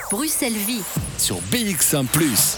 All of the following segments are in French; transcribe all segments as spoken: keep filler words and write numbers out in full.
Bruxelles Vie sur B X un plus.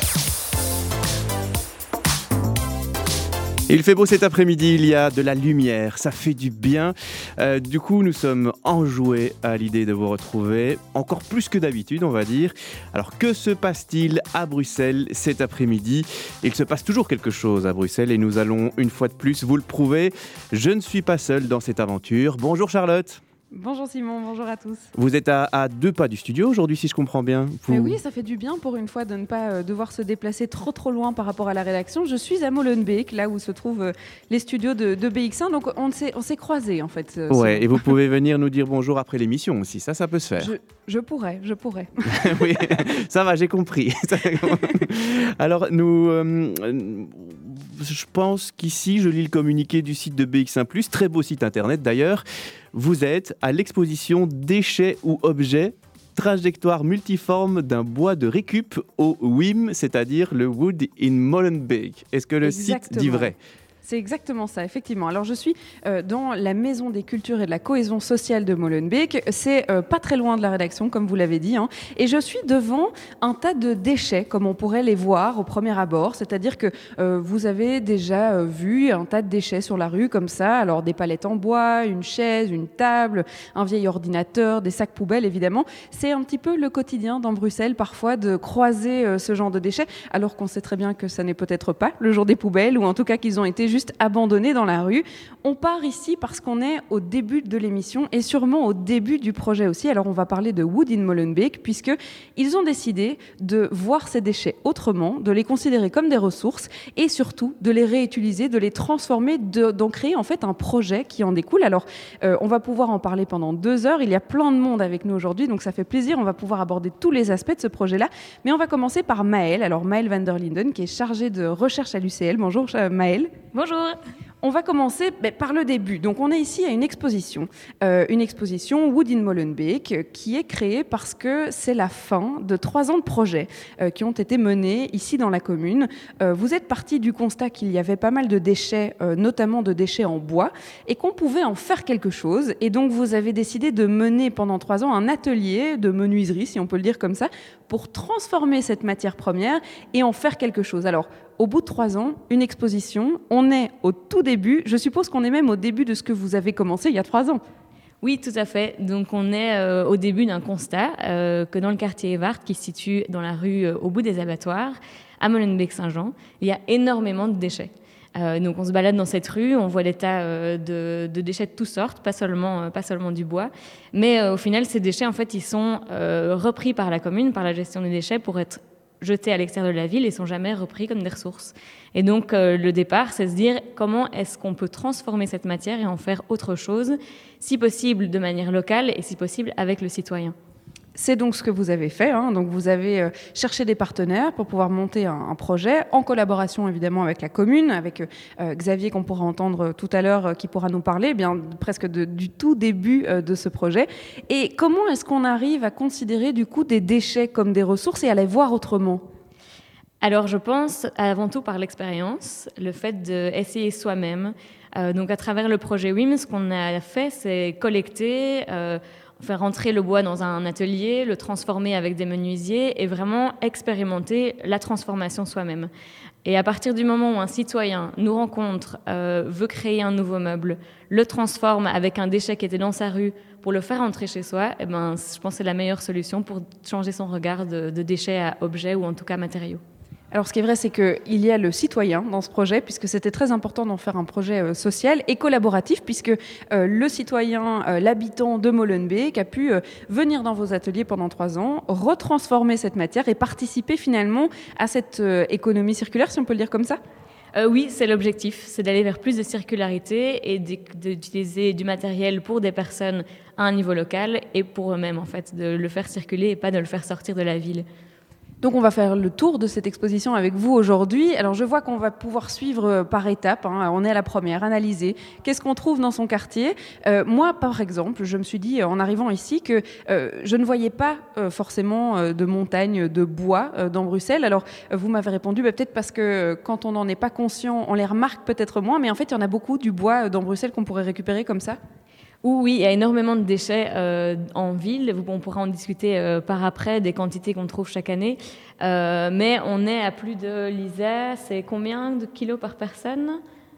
Il fait beau cet après-midi, il y a de la lumière, ça fait du bien. Euh, du coup, nous sommes enjoués à l'idée de vous retrouver, encore plus que d'habitude, on va dire. Alors, que se passe-t-il à Bruxelles cet après-midi ? Il se passe toujours quelque chose à Bruxelles et nous allons une fois de plus vous le prouver. Je ne suis pas seul dans cette aventure. Bonjour Charlotte. Bonjour Simon, bonjour à tous. Vous êtes à, à deux pas du studio aujourd'hui, si je comprends bien. Vous... Mais oui, ça fait du bien pour une fois de ne pas euh, devoir se déplacer trop trop loin par rapport à la rédaction. Je suis à Molenbeek, là où se trouvent euh, les studios de, de B X un, donc on s'est, on s'est croisés en fait. Euh, ouais, Simon. et vous pouvez venir nous dire bonjour après l'émission aussi, ça, ça peut se faire. Je, je pourrais, je pourrais. Oui, ça va, j'ai compris. Alors, nous... Euh, je pense qu'ici, je lis le communiqué du site de B X un plus, très beau site internet d'ailleurs. Vous êtes à l'exposition Déchets ou objets, trajectoire multiforme d'un bois de récup au W I M, c'est-à-dire le Wood in Molenbeek. Est-ce que le Exactement. site dit vrai ? C'est exactement ça, effectivement. Alors, je suis euh, dans la Maison des Cultures et de la Cohésion Sociale de Molenbeek. C'est euh, pas très loin de la rédaction, comme vous l'avez dit. Hein. Et je suis devant un tas de déchets, comme on pourrait les voir au premier abord. C'est-à-dire que euh, vous avez déjà euh, vu un tas de déchets sur la rue, comme ça. Alors, des palettes en bois, une chaise, une table, un vieil ordinateur, des sacs poubelles, évidemment. C'est un petit peu le quotidien dans Bruxelles, parfois, de croiser euh, ce genre de déchets, alors qu'on sait très bien que ça n'est peut-être pas le jour des poubelles, ou en tout cas qu'ils ont été juste abandonnés dans la rue. On part ici parce qu'on est au début de l'émission et sûrement au début du projet aussi. Alors on va parler de Wood in Molenbeek puisqu'ils ont décidé de voir ces déchets autrement, de les considérer comme des ressources et surtout de les réutiliser, de les transformer, de, d'en créer en fait un projet qui en découle. Alors euh, on va pouvoir en parler pendant deux heures. Il y a plein de monde avec nous aujourd'hui, donc ça fait plaisir. On va pouvoir aborder tous les aspects de ce projet-là. Mais on va commencer par Maëlle. Alors Maëlle van der Linden qui est chargée de recherche à l'U C L. Bonjour Maëlle. Bonjour. On va commencer bah, par le début. Donc, on est ici à une exposition, euh, une exposition Wood in Molenbeek, euh, qui est créée parce que c'est la fin de trois ans de projets euh, qui ont été menés ici dans la commune. Euh, vous êtes parti du constat qu'il y avait pas mal de déchets, euh, notamment de déchets en bois, et qu'on pouvait en faire quelque chose. Et donc, vous avez décidé de mener pendant trois ans un atelier de menuiserie, si on peut le dire comme ça, pour transformer cette matière première et en faire quelque chose. Alors, au bout de trois ans, une exposition, on est au tout début. Je suppose qu'on est même au début de ce que vous avez commencé il y a trois ans. Oui, tout à fait. Donc, on est euh, au début d'un constat euh, que dans le quartier Evart, qui se situe dans la rue euh, au bout des abattoirs, à Molenbeek-Saint-Jean, il y a énormément de déchets. Euh, donc, on se balade dans cette rue, on voit des tas euh, de, de déchets de toutes sortes, pas seulement, euh, pas seulement du bois. Mais euh, au final, ces déchets, en fait, ils sont euh, repris par la commune, par la gestion des déchets, pour être jetés à l'extérieur de la ville et sont jamais repris comme des ressources. Et donc, euh, le départ, c'est se dire comment est-ce qu'on peut transformer cette matière et en faire autre chose, si possible de manière locale et si possible avec le citoyen. C'est donc ce que vous avez fait. Hein. Donc vous avez euh, cherché des partenaires pour pouvoir monter un, un projet, en collaboration évidemment avec la commune, avec euh, Xavier qu'on pourra entendre tout à l'heure, euh, qui pourra nous parler eh bien, presque de, du tout début euh, de ce projet. Et comment est-ce qu'on arrive à considérer du coup des déchets comme des ressources et à les voir autrement ? Alors je pense avant tout par l'expérience, le fait d'essayer soi-même. Euh, donc à travers le projet W I M, ce qu'on a fait, c'est collecter... Euh, faire rentrer le bois dans un atelier, le transformer avec des menuisiers et vraiment expérimenter la transformation soi-même. Et à partir du moment où un citoyen nous rencontre, euh, veut créer un nouveau meuble, le transforme avec un déchet qui était dans sa rue pour le faire entrer chez soi, eh ben, je pense que c'est la meilleure solution pour changer son regard de, de déchets à objets ou en tout cas matériaux. Alors, ce qui est vrai, c'est qu'il y a le citoyen dans ce projet, puisque c'était très important d'en faire un projet euh, social et collaboratif, puisque euh, le citoyen, euh, l'habitant de Molenbeek, a pu euh, venir dans vos ateliers pendant trois ans, retransformer cette matière et participer finalement à cette euh, économie circulaire, si on peut le dire comme ça. Euh, oui, c'est l'objectif, c'est d'aller vers plus de circularité et d'utiliser du matériel pour des personnes à un niveau local et pour eux-mêmes, en fait, de le faire circuler et pas de le faire sortir de la ville. Donc on va faire le tour de cette exposition avec vous aujourd'hui. Alors je vois qu'on va pouvoir suivre par étapes. Hein. On est à la première, analyser. Qu'est-ce qu'on trouve dans son quartier ? euh, Moi, par exemple, je me suis dit en arrivant ici que euh, je ne voyais pas euh, forcément euh, de montagnes de bois euh, dans Bruxelles. Alors euh, vous m'avez répondu bah, peut-être parce que euh, quand on n'en est pas conscient, on les remarque peut-être moins. Mais en fait, il y en a beaucoup du bois euh, dans Bruxelles qu'on pourrait récupérer comme ça. Oui, il y a énormément de déchets euh, en ville. On pourra en discuter euh, par après des quantités qu'on trouve chaque année. Euh, mais on est à plus de, Lisa, c'est combien de kilos par personne ?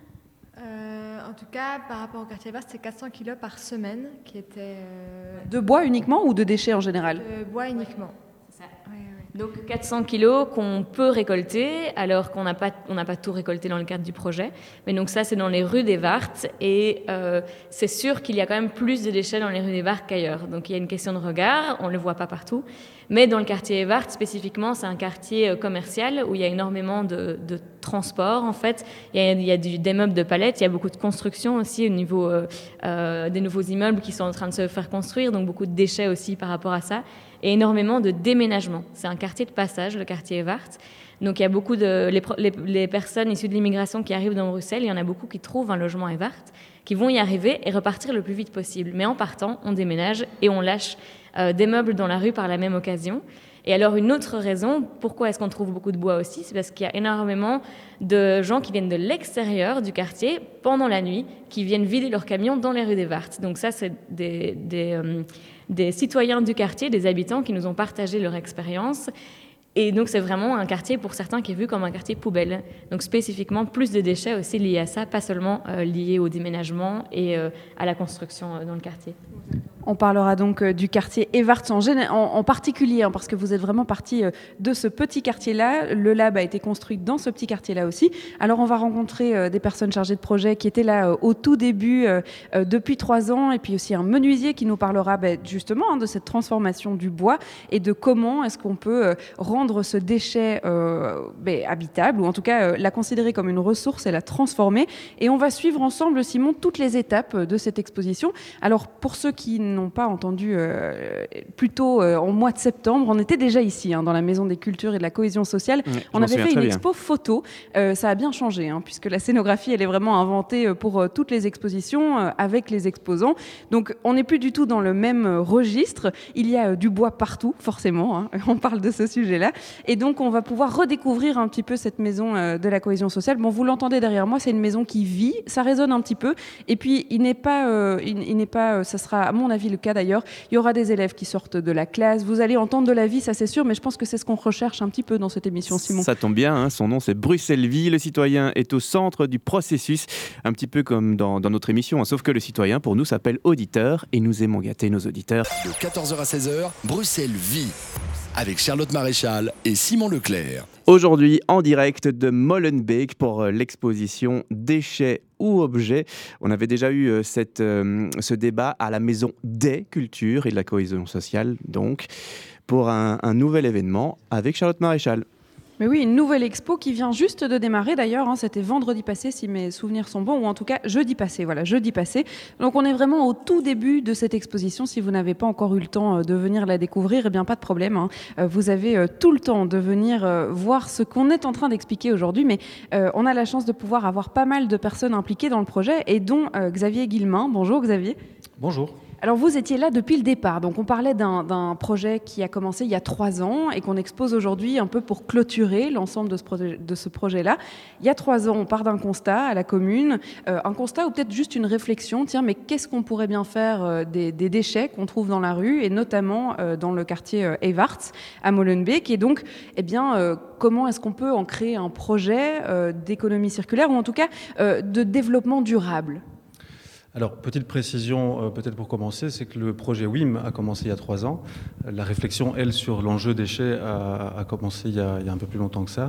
Euh, en tout cas, par rapport au quartier Evart, c'est quatre cents kilos par semaine qui étaient... Euh, De bois uniquement ou de déchets en général ? de bois uniquement. C'est ça. Ouais, ouais. Donc quatre cents kilos qu'on peut récolter, alors qu'on n'a pas, on n'a pas tout récolté dans le cadre du projet. Mais donc ça, c'est dans les rues d'Evart. Et euh, c'est sûr qu'il y a quand même plus de déchets dans les rues d'Evart qu'ailleurs. Donc il y a une question de regard, on ne le voit pas partout. Mais dans le quartier Evart, spécifiquement, c'est un quartier commercial où il y a énormément de, de transport, en fait. Il y a, il y a du, des meubles de palettes, il y a beaucoup de construction aussi au niveau euh, euh, des nouveaux immeubles qui sont en train de se faire construire, donc beaucoup de déchets aussi par rapport à ça. Et énormément de déménagements. C'est un quartier de passage, le quartier Evart. Donc il y a beaucoup de... Les, les, les personnes issues de l'immigration qui arrivent dans Bruxelles, il y en a beaucoup qui trouvent un logement à Evart, qui vont y arriver et repartir le plus vite possible. Mais en partant, on déménage et on lâche euh, des meubles dans la rue par la même occasion. Et alors une autre raison, pourquoi est-ce qu'on trouve beaucoup de bois aussi, c'est parce qu'il y a énormément de gens qui viennent de l'extérieur du quartier pendant la nuit, qui viennent vider leurs camions dans les rues d'Evart. Donc ça, c'est des... des euh, des citoyens du quartier, des habitants qui nous ont partagé leur expérience. Et donc, c'est vraiment un quartier, pour certains, qui est vu comme un quartier poubelle. Donc, spécifiquement, plus de déchets aussi liés à ça, pas seulement euh, liés au déménagement et euh, à la construction euh, dans le quartier. On parlera donc euh, du quartier Evart en, gén- en, en particulier, hein, parce que vous êtes vraiment parti euh, de ce petit quartier-là. Le lab a été construit dans ce petit quartier-là aussi. Alors, on va rencontrer euh, des personnes chargées de projet qui étaient là euh, au tout début, euh, euh, depuis trois ans, et puis aussi un menuisier qui nous parlera bah, justement hein, de cette transformation du bois et de comment est-ce qu'on peut euh, rendre ce déchet euh, bah, habitable, ou en tout cas euh, la considérer comme une ressource et la transformer. Et on va suivre ensemble, Simon, toutes les étapes de cette exposition. Alors, pour ceux qui n'ont pas entendu euh, plus tôt euh, en mois de septembre, on était déjà ici, hein, dans la Maison des Cultures et de la Cohésion Sociale. Mmh, on avait fait une expo photo. Euh, ça a bien changé, hein, puisque la scénographie, elle est vraiment inventée pour euh, toutes les expositions, euh, avec les exposants. Donc, on n'est plus du tout dans le même euh, registre. Il y a euh, du bois partout, forcément. Hein, on parle de ce sujet-là. Et donc, on va pouvoir redécouvrir un petit peu cette Maison euh, de la Cohésion Sociale. Bon, vous l'entendez derrière moi, c'est une maison qui vit. Ça résonne un petit peu. Et puis, il n'est pas... Euh, il, il n'est pas euh, ça sera, à mon avis, le cas d'ailleurs. Il y aura des élèves qui sortent de la classe. Vous allez entendre de la vie, ça c'est sûr, mais je pense que c'est ce qu'on recherche un petit peu dans cette émission, Simon. Ça tombe bien, hein, son nom c'est Bruxelles Vie. Le citoyen est au centre du processus, un petit peu comme dans, dans notre émission, hein, sauf que le citoyen, pour nous, s'appelle auditeur et nous aimons gâter nos auditeurs. De quatorze heures à seize heures, Bruxelles Vie. Avec Charlotte Maréchal et Simon Leclerc. Aujourd'hui, en direct de Molenbeek pour l'exposition Déchets ou objets. On avait déjà eu cette, euh, ce débat à la Maison des Cultures et de la Cohésion Sociale, donc, pour un, un nouvel événement avec Charlotte Maréchal. Mais oui, une nouvelle expo qui vient juste de démarrer d'ailleurs, hein, c'était vendredi passé si mes souvenirs sont bons, ou en tout cas jeudi passé, voilà, jeudi passé. Donc on est vraiment au tout début de cette exposition. Si vous n'avez pas encore eu le temps de venir la découvrir, eh bien pas de problème, hein. Vous avez tout le temps de venir voir ce qu'on est en train d'expliquer aujourd'hui, mais euh, on a la chance de pouvoir avoir pas mal de personnes impliquées dans le projet, et dont euh, Xavier Guillemin. Bonjour Xavier. Bonjour. Alors vous étiez là depuis le départ, donc on parlait d'un, d'un projet qui a commencé il y a trois ans et qu'on expose aujourd'hui un peu pour clôturer l'ensemble de ce, projet, de ce projet-là. Il y a trois ans, on part d'un constat à la commune, euh, un constat ou peut-être juste une réflexion, tiens mais qu'est-ce qu'on pourrait bien faire euh, des, des déchets qu'on trouve dans la rue et notamment euh, dans le quartier euh, Evart à Molenbeek, et donc eh bien, euh, comment est-ce qu'on peut en créer un projet euh, d'économie circulaire ou en tout cas euh, de développement durable? Alors, petite précision, euh, peut-être pour commencer, c'est que le projet W I M a commencé il y a trois ans. La réflexion, elle, sur l'enjeu déchets a, a commencé il y a, il y a un peu plus longtemps que ça.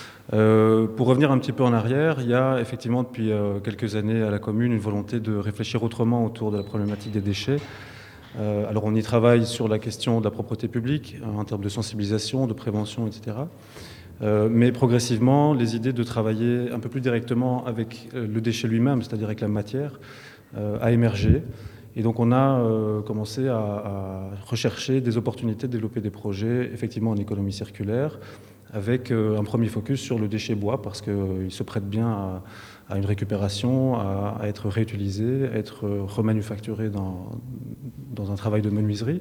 Euh, pour revenir un petit peu en arrière, il y a effectivement depuis euh, quelques années à la commune une volonté de réfléchir autrement autour de la problématique des déchets. Euh, alors, on y travaille sur la question de la propreté publique, euh, en termes de sensibilisation, de prévention, et cetera. Euh, mais progressivement, les idées de travailler un peu plus directement avec euh, le déchet lui-même, c'est-à-dire avec la matière, euh, a émergé. Et donc on a euh, commencé à, à rechercher des opportunités de développer des projets effectivement en économie circulaire, avec euh, un premier focus sur le déchet bois, parce qu'il euh, se prête bien à, à une récupération, à, à être réutilisé, à être remanufacturé dans, dans un travail de menuiserie.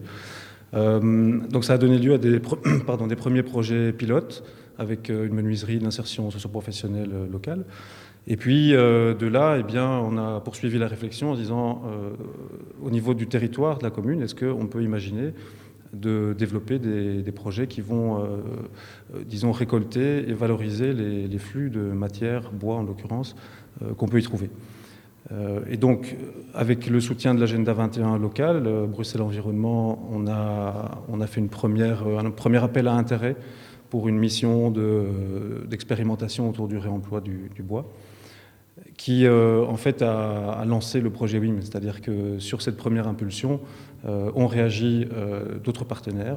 Euh, donc ça a donné lieu à des, pardon, des premiers projets pilotes, avec une menuiserie d'insertion socio-professionnelle locale. Et puis euh, de là, eh bien, on a poursuivi la réflexion en disant, euh, au niveau du territoire de la commune, est-ce qu'on peut imaginer de développer des, des projets qui vont, euh, euh, disons, récolter et valoriser les, les flux de matière, bois en l'occurrence, euh, qu'on peut y trouver. Euh, et donc, avec le soutien de l'agenda vingt et un local, euh, Bruxelles Environnement, on a, on a fait une première, un premier appel à intérêt pour une mission de, d'expérimentation autour du réemploi du, du bois, qui euh, en fait a, a lancé le projet W I M, c'est-à-dire que sur cette première impulsion, euh, ont réagi euh, d'autres partenaires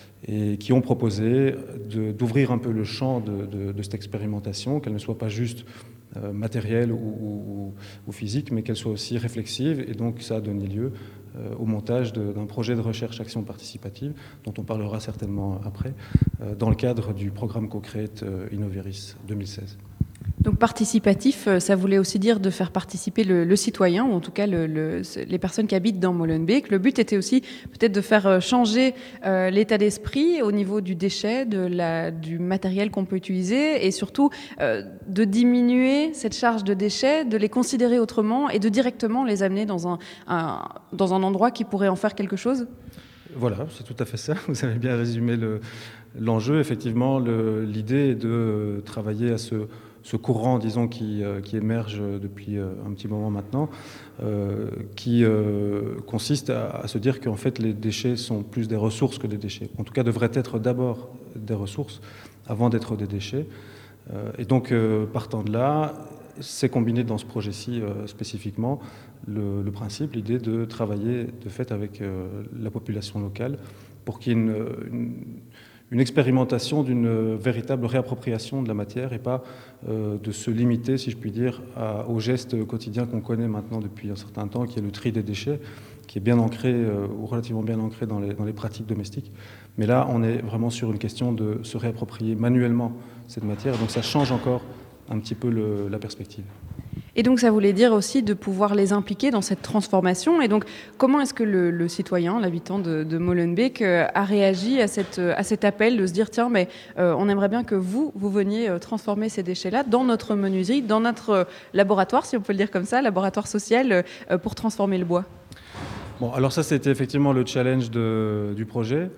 et qui ont proposé de, d'ouvrir un peu le champ de, de, de cette expérimentation, qu'elle ne soit pas juste euh, matérielle ou, ou, ou physique, mais qu'elle soit aussi réflexive, et donc ça a donné lieu euh, au montage de, d'un projet de recherche-action participative, dont on parlera certainement après, euh, dans le cadre du programme Co-Create euh, Innoveris deux mille seize. Donc participatif, ça voulait aussi dire de faire participer le, le citoyen, ou en tout cas le, le, les personnes qui habitent dans Molenbeek. Le but était aussi peut-être de faire changer euh, l'état d'esprit au niveau du déchet, de la, du matériel qu'on peut utiliser, et surtout euh, de diminuer cette charge de déchets, de les considérer autrement et de directement les amener dans un, un, dans un endroit qui pourrait en faire quelque chose. Voilà, c'est tout à fait ça. Vous avez bien résumé le, l'enjeu. Effectivement, le, l'idée est de travailler à ce ce courant, disons, qui, euh, qui émerge depuis euh, un petit moment maintenant, euh, qui euh, consiste à, à se dire qu'en fait les déchets sont plus des ressources que des déchets. En tout cas, devraient être d'abord des ressources avant d'être des déchets. Euh, et donc, euh, partant de là, c'est combiné dans ce projet-ci euh, spécifiquement le, le principe, l'idée de travailler de fait avec euh, la population locale pour qu'il y ait une, une une expérimentation d'une véritable réappropriation de la matière et pas euh, de se limiter, si je puis dire, à, au geste quotidien qu'on connaît maintenant depuis un certain temps, qui est le tri des déchets, qui est bien ancré, euh, ou relativement bien ancré dans les, dans les pratiques domestiques. Mais là, on est vraiment sur une question de se réapproprier manuellement cette matière, donc ça change encore un petit peu le, la perspective. Et donc ça voulait dire aussi de pouvoir les impliquer dans cette transformation. Et donc comment est-ce que le, le citoyen, l'habitant de, de Molenbeek, euh, a réagi à, cette, à cet appel de se dire tiens, mais euh, on aimerait bien que vous, vous veniez euh, transformer ces déchets-là dans notre menuiserie, dans notre euh, laboratoire, si on peut le dire comme ça, laboratoire social, euh, pour transformer le bois. Bon, alors ça, c'était effectivement le challenge de, du projet.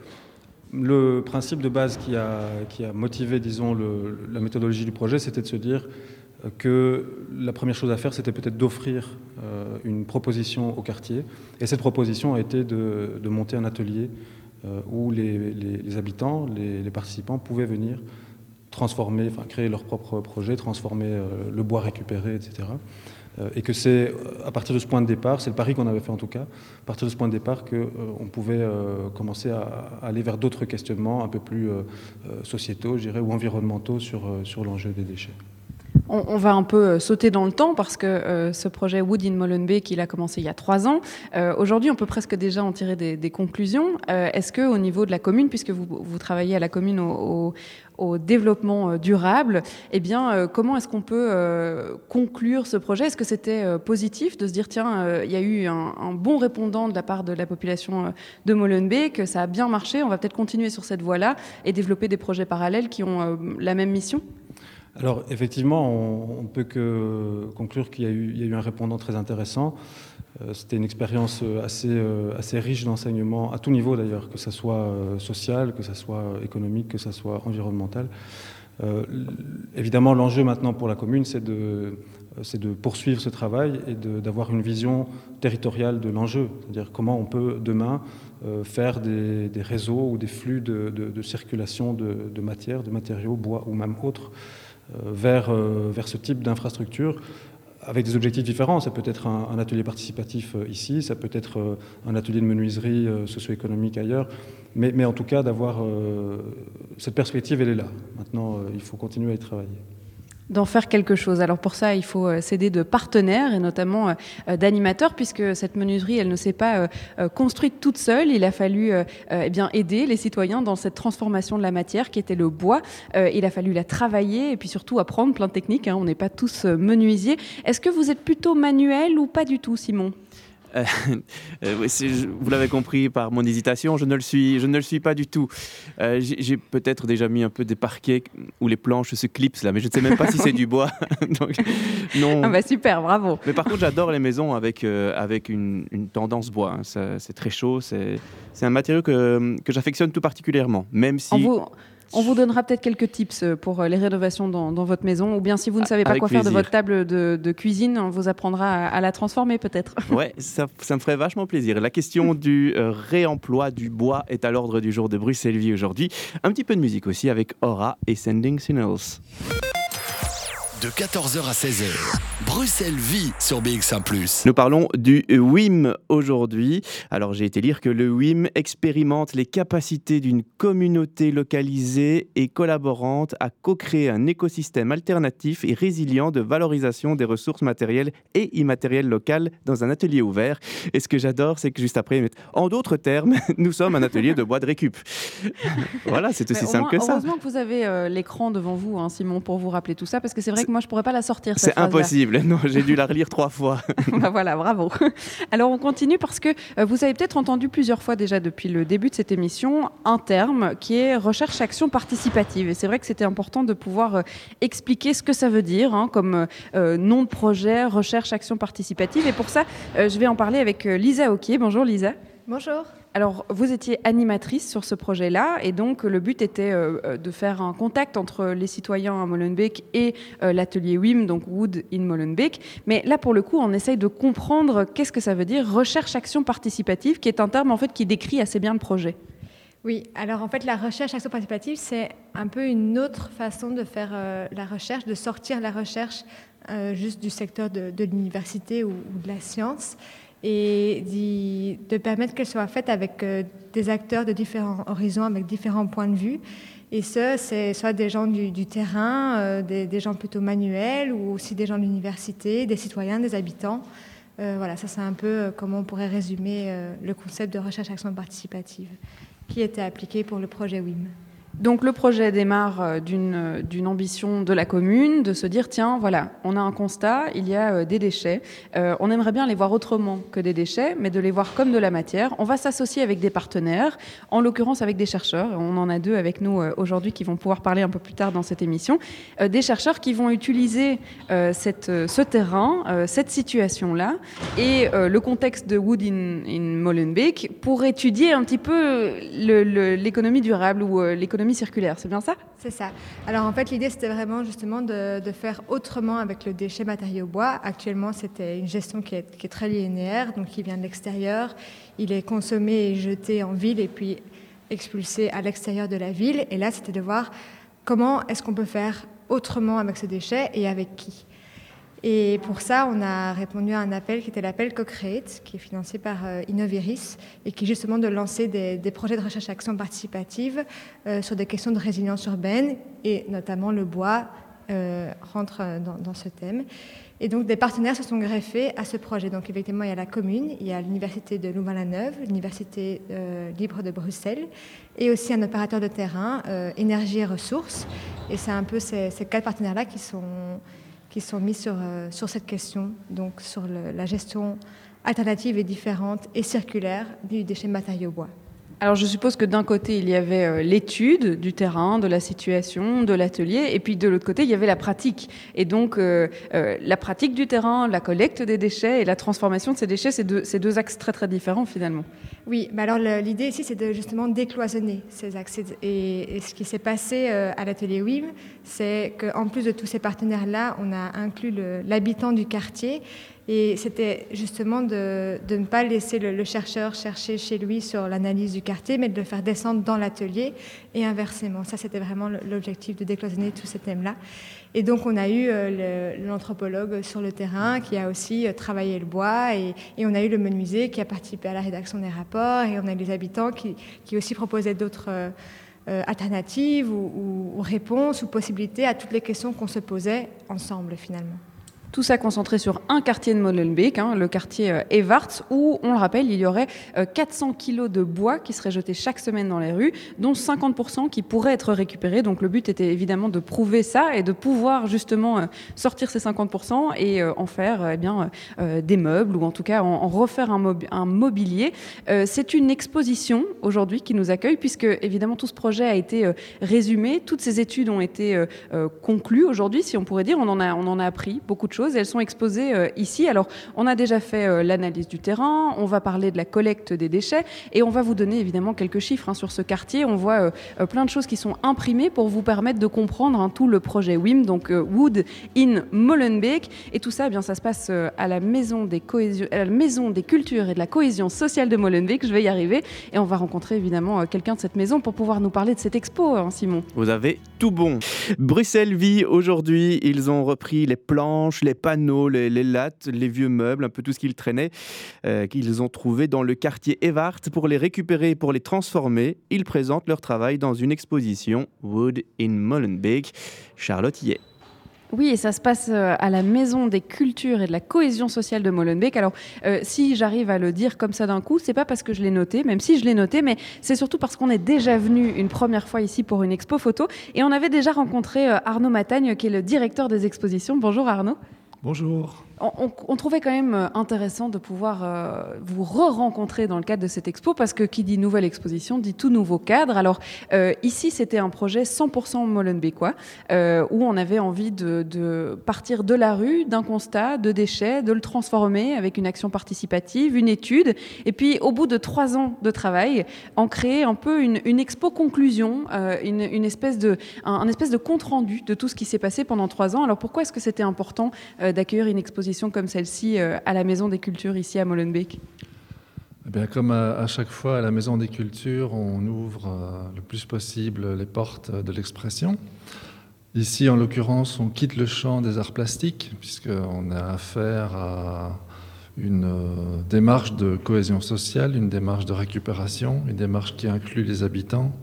Le principe de base qui a, qui a motivé, disons, le, la méthodologie du projet, c'était de se dire que la première chose à faire, c'était peut-être d'offrir euh, une proposition au quartier. Et cette proposition a été de, de monter un atelier euh, où les, les, les habitants, les, les participants pouvaient venir transformer, enfin créer leur propre projet, transformer euh, le bois récupéré, et cetera. Euh, et que c'est à partir de ce point de départ, c'est le pari qu'on avait fait en tout cas, à partir de ce point de départ qu'on euh, pouvait euh, commencer à, à aller vers d'autres questionnements un peu plus euh, sociétaux, je dirais, ou environnementaux sur, euh, sur l'enjeu des déchets. On, on va un peu sauter dans le temps parce que euh, ce projet Wood in Molenbeek, il a commencé il y a trois ans. Euh, aujourd'hui, on peut presque déjà en tirer des, des conclusions. Euh, est-ce qu'au niveau de la commune, puisque vous, vous travaillez à la commune au, au, au développement durable, eh bien, euh, comment est-ce qu'on peut euh, conclure ce projet ? Est-ce que c'était euh, positif de se dire, tiens, euh, il y a eu un, un bon répondant de la part de la population de Molenbeek, ça a bien marché, on va peut-être continuer sur cette voie-là et développer des projets parallèles qui ont euh, la même mission ? Alors effectivement, on ne peut que conclure qu'il y a eu, il y a eu un répondant très intéressant. Euh, c'était une expérience assez, euh, assez riche d'enseignement, à tout niveau d'ailleurs, que ce soit euh, social, que ce soit économique, que ce soit environnemental. Euh, évidemment, l'enjeu maintenant pour la commune, c'est de, c'est de poursuivre ce travail et de, d'avoir une vision territoriale de l'enjeu, c'est-à-dire comment on peut demain euh, faire des, des réseaux ou des flux de, de, de circulation de, de matières, de matériaux, bois ou même autres, Vers, vers ce type d'infrastructure avec des objectifs différents. Ça peut être un, un atelier participatif ici, ça peut être un atelier de menuiserie socio-économique ailleurs, mais, mais en tout cas d'avoir euh, cette perspective, elle est là. Maintenant, euh, il faut continuer à y travailler. D'en faire quelque chose. Alors pour ça, il faut s'aider de partenaires et notamment euh, d'animateurs, puisque cette menuiserie, elle ne s'est pas euh, construite toute seule. Il a fallu euh, eh bien aider les citoyens dans cette transformation de la matière qui était le bois. Euh, il a fallu la travailler et puis surtout apprendre plein de techniques. Hein. On n'est pas tous menuisiers. Est-ce que vous êtes plutôt manuel ou pas du tout, Simon ? Euh, euh, oui, c'est- je- vous l'avez compris par mon hésitation, je ne le suis, je ne le suis pas du tout. Euh, j'ai j'ai peut-être déjà mis un peu des parquets où les planches se clipsent là, mais je ne sais même pas si c'est du bois. Donc, non. Ah bah super, bravo. Mais par contre, j'adore les maisons avec, euh, avec une, une tendance bois. hein. Ça- C'est très chaud, c'est c'est un matériau que, que j'affectionne tout particulièrement, même si... On vous, on vous donnera peut-être quelques tips pour les rénovations dans, dans votre maison, ou bien si vous ne savez pas Avec quoi faire de plaisir. votre table de, de cuisine, on vous apprendra à, à la transformer peut-être. Ouais, ça, ça me ferait vachement plaisir. La question du euh, réemploi du bois est à l'ordre du jour de Bruxelles Vie aujourd'hui. Un petit peu de musique aussi avec Aura et Sending Signals. De quatorze heures à seize heures, Bruxelles Vie sur B X un plus. Nous parlons du W I M aujourd'hui. Alors j'ai été lire que le W I M expérimente les capacités d'une communauté localisée et collaborante à co-créer un écosystème alternatif et résilient de valorisation des ressources matérielles et immatérielles locales dans un atelier ouvert. Et ce que j'adore, c'est que juste après, ils mettent, en d'autres termes, nous sommes un atelier de bois de récup. Voilà, c'est aussi Mais au simple moins, que ça. Heureusement que vous avez euh, l'écran devant vous, hein, Simon, pour vous rappeler tout ça, parce que c'est vrai que moi je pourrais pas la sortir. cette C'est phrase-là. impossible. Non, j'ai dû la relire trois fois. Bah voilà, bravo. Alors on continue parce que euh, vous avez peut-être entendu plusieurs fois déjà depuis le début de cette émission un terme qui est recherche-action participative. Et c'est vrai que c'était important de pouvoir euh, expliquer ce que ça veut dire, hein, comme euh, nom de projet, recherche-action participative. Et pour ça, euh, je vais en parler avec euh, Lisa Oquier. Bonjour Lisa. Bonjour. Alors, vous étiez animatrice sur ce projet-là, et donc le but était euh, de faire un contact entre les citoyens à Molenbeek et euh, l'atelier W I M, donc Wood in Molenbeek. Mais là, pour le coup, on essaye de comprendre qu'est-ce que ça veut dire recherche-action participative, qui est un terme en fait qui décrit assez bien le projet. Oui, alors en fait, la recherche-action participative, c'est un peu une autre façon de faire euh, la recherche, de sortir la recherche euh, juste du secteur de, de l'université ou, ou de la science, et d'y- de permettre qu'elle soit faite avec euh, des acteurs de différents horizons, avec différents points de vue. Et ce, c'est soit des gens du, du terrain, euh, des, des gens plutôt manuels, ou aussi des gens de l'université, des citoyens, des habitants. Euh, voilà, ça c'est un peu euh, comment on pourrait résumer euh, le concept de recherche-action participative qui était appliqué pour le projet W I M. Donc le projet démarre euh, d'une euh, d'une ambition de la commune, de se dire, tiens, voilà, on a un constat, il y a euh, des déchets, Euh, on aimerait bien les voir autrement que des déchets, mais de les voir comme de la matière. On va s'associer avec des partenaires, en l'occurrence avec des chercheurs, on en a deux avec nous euh, aujourd'hui qui vont pouvoir parler un peu plus tard dans cette émission, Euh, des chercheurs qui vont utiliser euh, cette, euh, ce terrain, euh, cette situation-là, et euh, le contexte de Wood in, in Molenbeek pour étudier un petit peu le- le- l'économie durable ou euh, l'économie circulaire, c'est bien ça ? C'est ça. Alors en fait, l'idée, c'était vraiment justement de, de faire autrement avec le déchet matériau bois. Actuellement, c'était une gestion qui est, qui est très linéaire, donc qui vient de l'extérieur. Il est consommé et jeté en ville et puis expulsé à l'extérieur de la ville. Et là, c'était de voir comment est-ce qu'on peut faire autrement avec ce déchet et avec qui. Et pour ça, on a répondu à un appel qui était l'appel Co-Create, qui est financé par euh, Innoviris et qui est justement de lancer des, des projets de recherche-action participative euh, sur des questions de résilience urbaine, et notamment le bois euh, rentre dans, dans ce thème. Et donc des partenaires se sont greffés à ce projet. Donc effectivement, il y a la commune, il y a l'université de Louvain-la-Neuve, l'université euh, libre de Bruxelles, et aussi un opérateur de terrain, euh, énergie et ressources. Et c'est un peu ces, ces quatre partenaires-là qui sont qui sont mis sur, euh, sur cette question, donc sur le, la gestion alternative et différente et circulaire du déchet matériau bois. Alors je suppose que d'un côté, il y avait euh, l'étude du terrain, de la situation, de l'atelier, et puis de l'autre côté, il y avait la pratique. Et donc euh, euh, la pratique du terrain, la collecte des déchets et la transformation de ces déchets, c'est deux, c'est deux axes très très différents finalement. Oui, mais alors le, l'idée ici, c'est de justement décloisonner ces axes. Et, et ce qui s'est passé euh, à l'atelier W I M, c'est qu'en plus de tous ces partenaires-là, on a inclus le, l'habitant du quartier. Et c'était justement de, de ne pas laisser le, le chercheur chercher chez lui sur l'analyse du quartier, mais de le faire descendre dans l'atelier et inversement. Ça, c'était vraiment l'objectif de décloisonner tous ces thèmes-là. Et donc, on a eu euh, le, l'anthropologue sur le terrain qui a aussi euh, travaillé le bois, et, et on a eu le menuisier qui a participé à la rédaction des rapports, et on a eu les habitants qui, qui aussi proposaient d'autres euh, euh, alternatives ou, ou, ou réponses ou possibilités à toutes les questions qu'on se posait ensemble, finalement. Tout ça concentré sur un quartier de Molenbeek, hein, le quartier euh, Evarts, où, on le rappelle, il y aurait euh, quatre cents kilos de bois qui seraient jetés chaque semaine dans les rues, dont cinquante pour cent qui pourraient être récupérés. Donc le but était évidemment de prouver ça et de pouvoir justement euh, sortir ces cinquante pour cent et euh, en faire euh, eh bien, euh, des meubles ou en tout cas en, en refaire un, mob- un mobilier. Euh, c'est une exposition aujourd'hui qui nous accueille puisque évidemment tout ce projet a été euh, résumé, toutes ces études ont été euh, euh, conclues aujourd'hui, si on pourrait dire. On en a, on en a appris beaucoup de choses. Elles sont exposées euh, ici. Alors, on a déjà fait euh, l'analyse du terrain, on va parler de la collecte des déchets et on va vous donner évidemment quelques chiffres hein, sur ce quartier. On voit euh, euh, plein de choses qui sont imprimées pour vous permettre de comprendre hein, tout le projet W I M, donc euh, Wood in Molenbeek. Et tout ça, eh bien, ça se passe euh, à, la maison des cohésion... à la Maison des Cultures et de la Cohésion Sociale de Molenbeek. Je vais y arriver. Et on va rencontrer évidemment euh, quelqu'un de cette maison pour pouvoir nous parler de cette expo, hein, Simon. Vous avez tout bon. Bruxelles Vie, aujourd'hui, ils ont repris les planches, les panneaux, les, les lattes, les vieux meubles, un peu tout ce qu'ils traînaient, euh, qu'ils ont trouvé dans le quartier Evarts pour les récupérer et pour les transformer. Ils présentent leur travail dans une exposition Wood in Molenbeek. Charlotte y est. Oui, et ça se passe à la Maison des Cultures et de la Cohésion Sociale de Molenbeek. Alors, euh, si j'arrive à le dire comme ça d'un coup, c'est pas parce que je l'ai noté, même si je l'ai noté, mais c'est surtout parce qu'on est déjà venu une première fois ici pour une expo photo et on avait déjà rencontré Arnaud Matagne, qui est le directeur des expositions. Bonjour Arnaud. Bonjour. On, on, on trouvait quand même intéressant de pouvoir euh, vous re-rencontrer dans le cadre de cette expo parce que qui dit nouvelle exposition dit tout nouveau cadre. Alors euh, ici, c'était un projet cent pour cent molenbeekois euh, où on avait envie de, de partir de la rue, d'un constat de déchets, de le transformer avec une action participative, une étude et puis au bout de trois ans de travail, en créer un peu une, une expo conclusion, euh, une, une espèce de, un, un espèce de compte-rendu de tout ce qui s'est passé pendant trois ans. Alors pourquoi est-ce que c'était important euh, d'accueillir une exposition comme celle-ci euh, à la Maison des Cultures ici à Molenbeek? Eh bien, comme à, à chaque fois à la Maison des Cultures, on ouvre euh, le plus possible les portes de l'expression. Ici, en l'occurrence, on quitte le champ des arts plastiques, puisqu'on a affaire à une euh, démarche de cohésion sociale, une démarche de récupération, une démarche qui inclut les habitants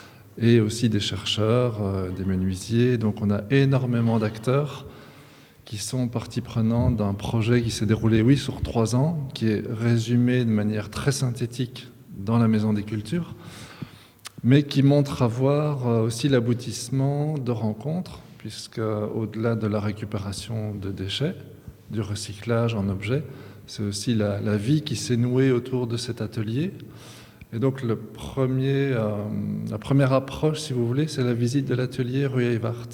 et aussi des chercheurs, euh, des menuisiers. Donc on a énormément d'acteurs qui sont partie prenante d'un projet qui s'est déroulé, oui, sur trois ans, qui est résumé de manière très synthétique dans la Maison des Cultures, mais qui montre avoir aussi l'aboutissement de rencontres, puisque au-delà de la récupération de déchets, du recyclage en objets, c'est aussi la, la vie qui s'est nouée autour de cet atelier. Et donc le premier, euh, la première approche, si vous voulez, c'est la visite de l'atelier rue Evarts.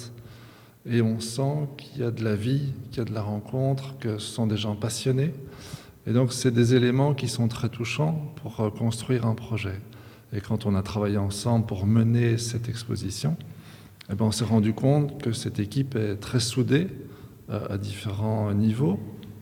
Et on sent qu'il y a de la vie, qu'il y a de la rencontre, que ce sont des gens passionnés. Et donc, c'est des éléments qui sont très touchants pour construire un projet. Et quand on a travaillé ensemble pour mener cette exposition, eh bien, on s'est rendu compte que cette équipe est très soudée à différents niveaux.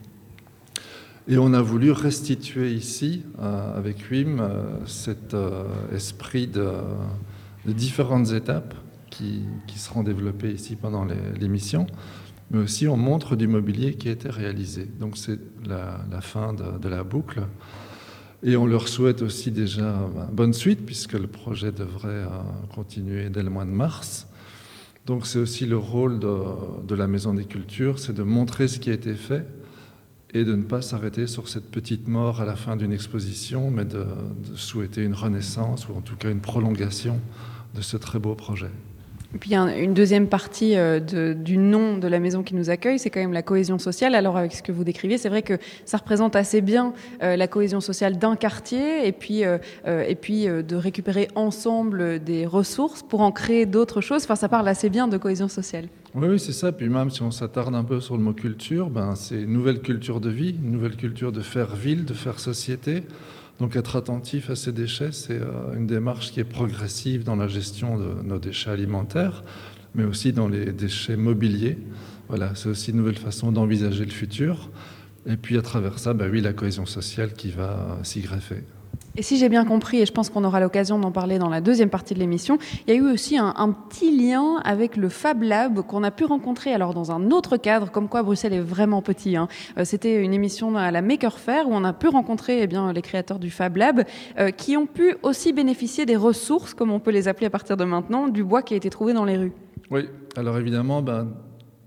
Et on a voulu restituer ici, avec W I M, cet esprit de, de différentes étapes Qui, qui seront développés ici pendant l'émission, mais aussi on montre du mobilier qui a été réalisé. Donc c'est la, la fin de, de la boucle. Et on leur souhaite aussi déjà bonne suite, puisque le projet devrait continuer dès le mois de mars. Donc c'est aussi le rôle de, de la Maison des Cultures, c'est de montrer ce qui a été fait et de ne pas s'arrêter sur cette petite mort à la fin d'une exposition, mais de, de souhaiter une renaissance, ou en tout cas une prolongation de ce très beau projet. Et puis il y a une deuxième partie euh, de, du nom de la maison qui nous accueille, c'est quand même la cohésion sociale. Alors avec ce que vous décrivez, c'est vrai que ça représente assez bien euh, la cohésion sociale d'un quartier et puis, euh, euh, et puis euh, de récupérer ensemble des ressources pour en créer d'autres choses. Enfin, ça parle assez bien de cohésion sociale. Oui, oui, c'est ça. Puis même si on s'attarde un peu sur le mot culture, ben, c'est une nouvelle culture de vie, une nouvelle culture de faire ville, de faire société. Donc être attentif à ces déchets, c'est une démarche qui est progressive dans la gestion de nos déchets alimentaires, mais aussi dans les déchets mobiliers. Voilà, c'est aussi une nouvelle façon d'envisager le futur. Et puis à travers ça, bah oui, la cohésion sociale qui va s'y greffer. Et si j'ai bien compris, et je pense qu'on aura l'occasion d'en parler dans la deuxième partie de l'émission, il y a eu aussi un, un petit lien avec le Fab Lab qu'on a pu rencontrer alors dans un autre cadre, comme quoi Bruxelles est vraiment petit. Hein. Euh, c'était une émission à la Maker Faire où on a pu rencontrer eh bien, les créateurs du Fab Lab euh, qui ont pu aussi bénéficier des ressources, comme on peut les appeler à partir de maintenant, du bois qui a été trouvé dans les rues. Oui, alors évidemment, ben,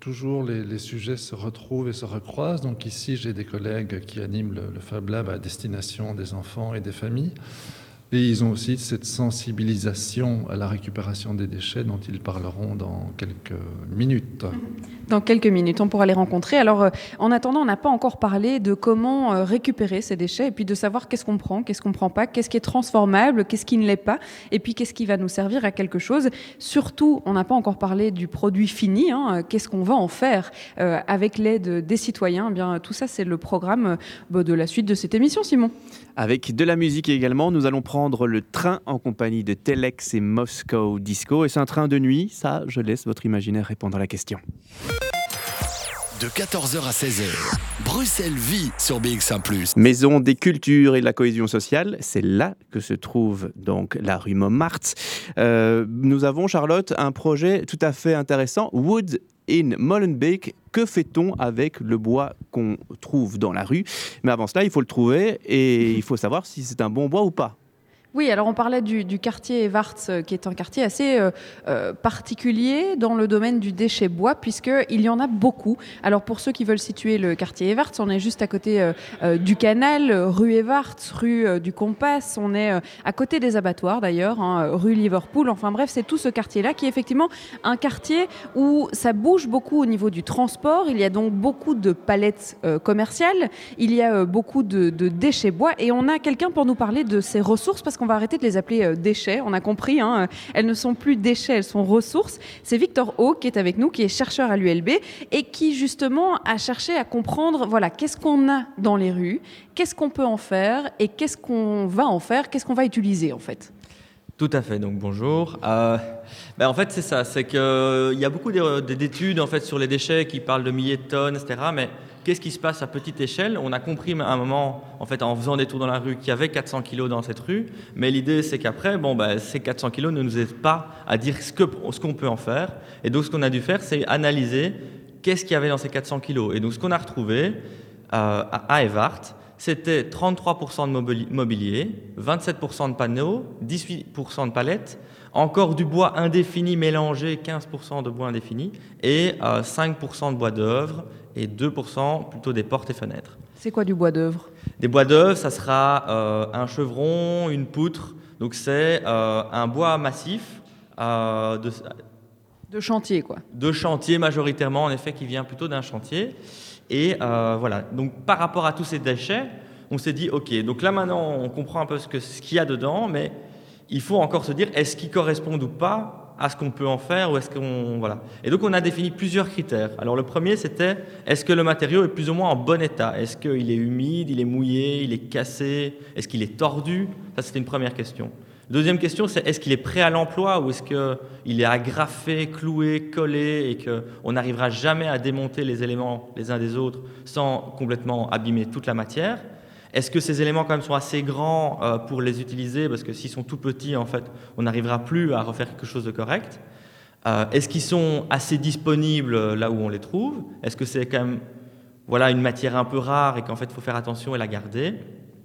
toujours les, les sujets se retrouvent et se recroisent. Donc ici, j'ai des collègues qui animent le, le Fab Lab à destination des enfants et des familles. Et ils ont aussi cette sensibilisation à la récupération des déchets dont ils parleront dans quelques minutes. Dans quelques minutes, on pourra les rencontrer. Alors, euh, en attendant, on n'a pas encore parlé de comment euh, récupérer ces déchets et puis de savoir qu'est-ce qu'on prend, qu'est-ce qu'on ne prend pas, qu'est-ce qui est transformable, qu'est-ce qui ne l'est pas, et puis qu'est-ce qui va nous servir à quelque chose. Surtout, on n'a pas encore parlé du produit fini, hein, qu'est-ce qu'on va en faire euh, avec l'aide des citoyens. Eh bien, tout ça, c'est le programme euh, de la suite de cette émission, Simon. Avec de la musique également, nous allons prendre le train en compagnie de Telex et Moscow Disco. Et c'est un train de nuit, ça, je laisse votre imaginaire répondre à la question. De quatorze heures à seize heures, Bruxelles vit sur B X un plus. Maison des cultures et de la cohésion sociale, c'est là que se trouve donc la rue Montmartre. Euh, nous avons, Charlotte, un projet tout à fait intéressant, Wood in Molenbeek. Que fait-on avec le bois qu'on trouve dans la rue? Mais avant cela, il faut le trouver et il faut savoir si c'est un bon bois ou pas. Oui, alors on parlait du, du quartier Evarts, qui est un quartier assez euh, euh, particulier dans le domaine du déchet bois, puisqu'il y en a beaucoup. Alors pour ceux qui veulent situer le quartier Evarts, on est juste à côté euh, euh, du canal, rue Evarts, rue euh, du Compas, on est euh, à côté des abattoirs d'ailleurs, hein, rue Liverpool, enfin bref, c'est tout ce quartier-là qui est effectivement un quartier où ça bouge beaucoup au niveau du transport, il y a donc beaucoup de palettes euh, commerciales, il y a euh, beaucoup de, de déchets bois, et on a quelqu'un pour nous parler de ces ressources, parce qu'on On va arrêter de les appeler euh, déchets, on a compris, hein, elles ne sont plus déchets, elles sont ressources. C'est Victor Haug qui est avec nous, qui est chercheur à l'U L B et qui justement a cherché à comprendre, voilà, qu'est-ce qu'on a dans les rues, qu'est-ce qu'on peut en faire et qu'est-ce qu'on va en faire, qu'est-ce qu'on va utiliser en fait. Tout à fait, donc bonjour. Euh, ben en fait, c'est ça, c'est qu'il euh, y a beaucoup d'études en fait, sur les déchets qui parlent de milliers de tonnes, et cetera. Mais qu'est-ce qui se passe à petite échelle? On a compris à un moment, en fait, en faisant des tours dans la rue, qu'il y avait quatre cents kilos dans cette rue. Mais l'idée, c'est qu'après, bon, ben, ces quatre cents kilos ne nous aident pas à dire ce, que, ce qu'on peut en faire. Et donc, ce qu'on a dû faire, c'est analyser qu'est-ce qu'il y avait dans ces quatre cents kilos. Et donc, ce qu'on a retrouvé euh, à Evarts, c'était trente-trois pour cent de mobilier, vingt-sept pour cent de panneaux, dix-huit pour cent de palettes, encore du bois indéfini mélangé, quinze pour cent de bois indéfini, et euh, cinq pour cent de bois d'œuvre et deux pour cent plutôt des portes et fenêtres. C'est quoi du bois d'œuvre? Des bois d'œuvre, ça sera euh, un chevron, une poutre, donc c'est euh, un bois massif euh, de, de chantier, quoi. De chantier majoritairement, en effet, qui vient plutôt d'un chantier. Et euh, voilà, donc par rapport à tous ces déchets, on s'est dit, ok, donc là maintenant on comprend un peu ce, que, ce qu'il y a dedans, mais il faut encore se dire, est-ce qu'ils correspondent ou pas à ce qu'on peut en faire, ou est-ce qu'on... Voilà. Et donc on a défini plusieurs critères. Alors le premier c'était, est-ce que le matériau est plus ou moins en bon état? Est-ce qu'il est humide, il est mouillé, il est cassé, est-ce qu'il est tordu? Ça c'était une première question. Deuxième question, c'est est-ce qu'il est prêt à l'emploi ou est-ce qu'il est agrafé, cloué, collé et qu'on n'arrivera jamais à démonter les éléments les uns des autres sans complètement abîmer toute la matière? Est-ce que ces éléments quand même sont assez grands euh, pour les utiliser? Parce que s'ils sont tout petits, en fait, on n'arrivera plus à refaire quelque chose de correct. Euh, est-ce qu'ils sont assez disponibles là où on les trouve? Est-ce que c'est quand même voilà, une matière un peu rare et qu'en fait il faut faire attention et la garder?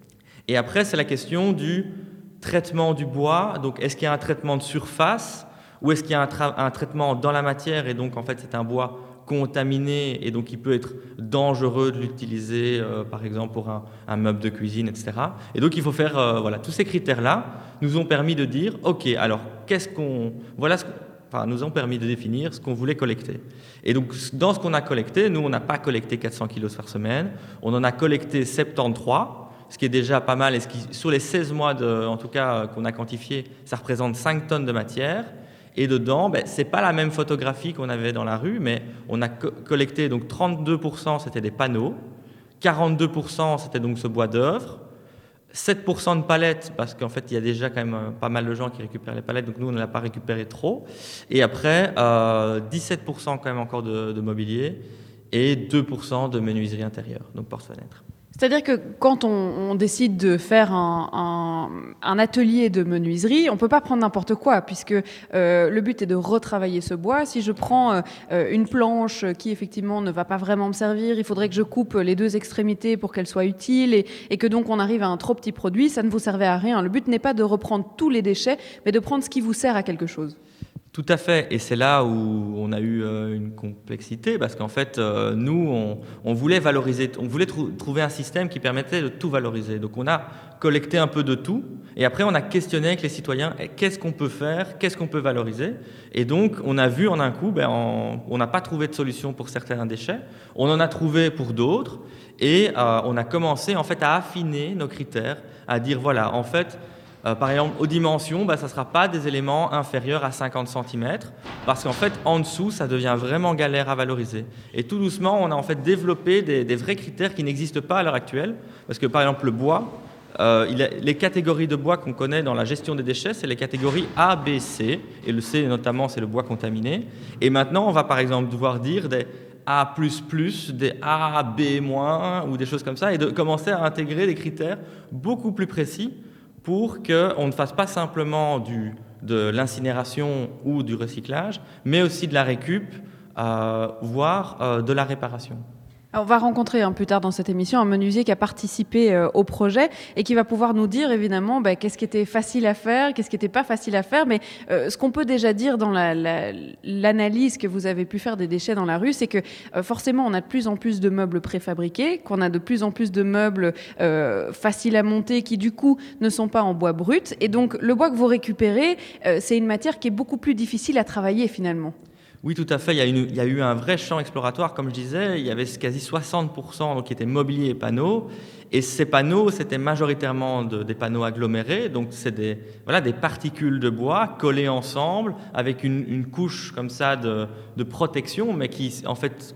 Et après, c'est la question du traitement du bois, donc est-ce qu'il y a un traitement de surface ou est-ce qu'il y a un, tra- un traitement dans la matière et donc en fait c'est un bois contaminé et donc il peut être dangereux de l'utiliser euh, par exemple pour un, un meuble de cuisine, et cetera. Et donc il faut faire, euh, voilà, tous ces critères-là nous ont permis de dire, ok, alors qu'est-ce qu'on, voilà ce Enfin, nous ont permis de définir ce qu'on voulait collecter. Et donc, dans ce qu'on a collecté, nous, on n'a pas collecté quatre cents kilos par semaine, on en a collecté soixante-treize, ce qui est déjà pas mal, et ce qui, sur les seize mois, de, en tout cas, qu'on a quantifié, ça représente cinq tonnes de matière. Et dedans, ben, ce n'est pas la même photographie qu'on avait dans la rue, mais on a co- collecté donc trente-deux pour cent, c'était des panneaux, quarante-deux pour cent, c'était donc ce bois d'œuvre, sept pour cent de palettes, parce qu'en fait, il y a déjà quand même pas mal de gens qui récupèrent les palettes, donc nous, on ne l'a pas récupéré trop. Et après, euh, dix-sept pour cent quand même encore de, de mobilier et deux pour cent de menuiserie intérieure, donc porte-fenêtre. C'est-à-dire que quand on, on décide de faire un, un, un atelier de menuiserie, on ne peut pas prendre n'importe quoi, puisque euh, le but est de retravailler ce bois. Si je prends euh, une planche qui effectivement ne va pas vraiment me servir, il faudrait que je coupe les deux extrémités pour qu'elle soit utile et, et que donc on arrive à un trop petit produit, ça ne vous servait à rien. Le but n'est pas de reprendre tous les déchets, mais de prendre ce qui vous sert à quelque chose. Tout à fait, et c'est là où on a eu euh, une complexité, parce qu'en fait, euh, nous, on, on voulait valoriser, on voulait trou- trouver un système qui permettait de tout valoriser. Donc on a collecté un peu de tout, et après on a questionné avec les citoyens, eh, qu'est-ce qu'on peut faire, qu'est-ce qu'on peut valoriser. Et donc on a vu en un coup, ben, en- on n'a pas trouvé de solution pour certains déchets, on en a trouvé pour d'autres, et euh, on a commencé en fait à affiner nos critères, à dire voilà, en fait, Euh, par exemple, aux dimensions, bah, ça ne sera pas des éléments inférieurs à cinquante centimètres, parce qu'en fait, en dessous, ça devient vraiment galère à valoriser. Et tout doucement, on a en fait développé des, des vrais critères qui n'existent pas à l'heure actuelle, parce que par exemple, le bois, euh, il a, les catégories de bois qu'on connaît dans la gestion des déchets, c'est les catégories A, B, C, et le C notamment, c'est le bois contaminé. Et maintenant, on va par exemple devoir dire des A plus plus, des A, B moins, ou des choses comme ça, et de commencer à intégrer des critères beaucoup plus précis pour qu'on ne fasse pas simplement du, de l'incinération ou du recyclage, mais aussi de la récup, euh, voire euh, de la réparation. Alors, on va rencontrer hein, plus tard dans cette émission un menuisier qui a participé euh, au projet et qui va pouvoir nous dire évidemment bah, qu'est-ce qui était facile à faire, qu'est-ce qui n'était pas facile à faire. Mais euh, ce qu'on peut déjà dire dans la, la, l'analyse que vous avez pu faire des déchets dans la rue, c'est que euh, forcément on a de plus en plus de meubles préfabriqués, qu'on a de plus en plus de meubles euh, faciles à monter qui du coup ne sont pas en bois brut. Et donc le bois que vous récupérez, euh, c'est une matière qui est beaucoup plus difficile à travailler finalement. Oui, tout à fait. Il y a, une, il y a eu un vrai champ exploratoire, comme je disais. Il y avait quasi soixante pour cent donc, qui étaient mobilier et panneaux. Et ces panneaux, c'était majoritairement de, des panneaux agglomérés. Donc, c'est des, voilà, des particules de bois collées ensemble avec une, une couche comme ça de, de protection, mais qui, en fait,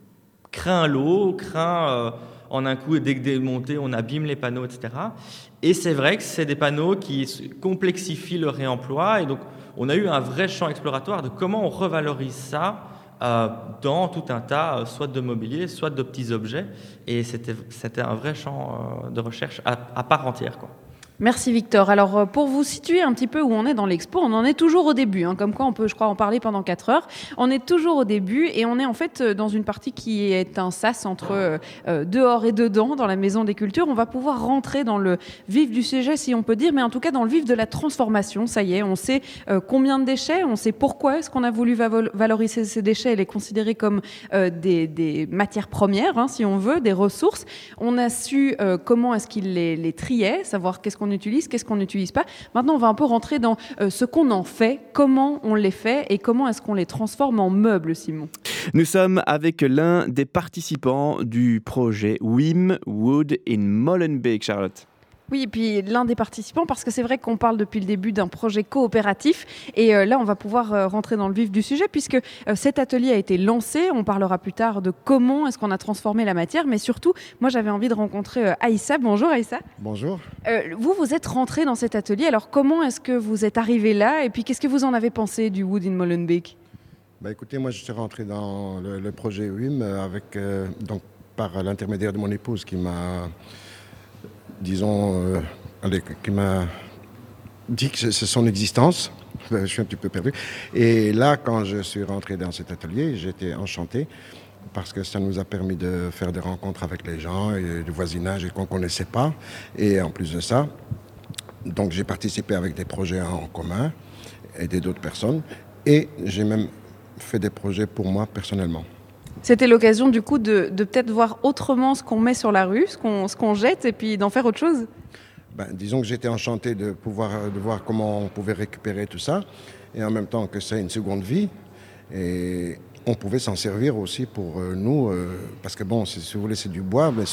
craint l'eau, craint euh, en un coup, dès que démonté, on abîme les panneaux, et cetera. Et c'est vrai que c'est des panneaux qui complexifient le réemploi. Et donc, on a eu un vrai champ exploratoire de comment on revalorise ça euh, dans tout un tas, euh, soit de mobilier, soit de petits objets. Et c'était, c'était un vrai champ euh, de recherche à, à part entière, quoi. Merci Victor. Alors pour vous situer un petit peu où on est dans l'expo, on en est toujours au début, hein, comme quoi on peut, je crois, en parler pendant quatre heures. On est toujours au début et on est en fait dans une partie qui est un sas entre euh, dehors et dedans, dans la Maison des Cultures. On va pouvoir rentrer dans le vif du sujet, si on peut dire, mais en tout cas dans le vif de la transformation. Ça y est, on sait euh, combien de déchets, on sait pourquoi est-ce qu'on a voulu valoriser ces déchets et les considérer comme euh, des, des matières premières, hein, si on veut, des ressources. On a su euh, comment est-ce qu'ils les, les triaient, savoir qu'est-ce qu'on utilise, qu'est-ce qu'on n'utilise pas. Maintenant, on va un peu rentrer dans euh, ce qu'on en fait, comment on les fait et comment est-ce qu'on les transforme en meubles, Simon. Nous sommes avec l'un des participants du projet W I M Wood in Molenbeek, Charlotte. Oui, et puis l'un des participants, parce que c'est vrai qu'on parle depuis le début d'un projet coopératif, et euh, là on va pouvoir euh, rentrer dans le vif du sujet, puisque euh, cet atelier a été lancé, on parlera plus tard de comment est-ce qu'on a transformé la matière, mais surtout, moi j'avais envie de rencontrer euh, Aïssa. Bonjour Aïssa. Bonjour. Euh, vous, vous êtes rentré dans cet atelier, alors comment est-ce que vous êtes arrivé là, et puis qu'est-ce que vous en avez pensé du Wood in Molenbeek? Bah, écoutez, moi je suis rentré dans le, le projet W I M avec, euh, donc, par l'intermédiaire de mon épouse qui m'a... disons, euh, allez, qui m'a dit que c'est son existence. Je suis un petit peu perdu. Et là, quand je suis rentré dans cet atelier, j'étais enchanté parce que ça nous a permis de faire des rencontres avec les gens et du voisinage et qu'on ne connaissait pas. Et en plus de ça, donc j'ai participé avec des projets en commun, aider d'autres personnes. Et j'ai même fait des projets pour moi personnellement. C'était l'occasion du coup de, de peut-être voir autrement ce qu'on met sur la rue, ce qu'on, ce qu'on jette, et puis d'en faire autre chose. Ben, disons que j'étais enchanté de pouvoir de voir comment on pouvait récupérer tout ça, et en même temps que c'est une seconde vie, et on pouvait s'en servir aussi pour euh, nous, euh, parce que bon, si vous voulez, c'est du bois, mais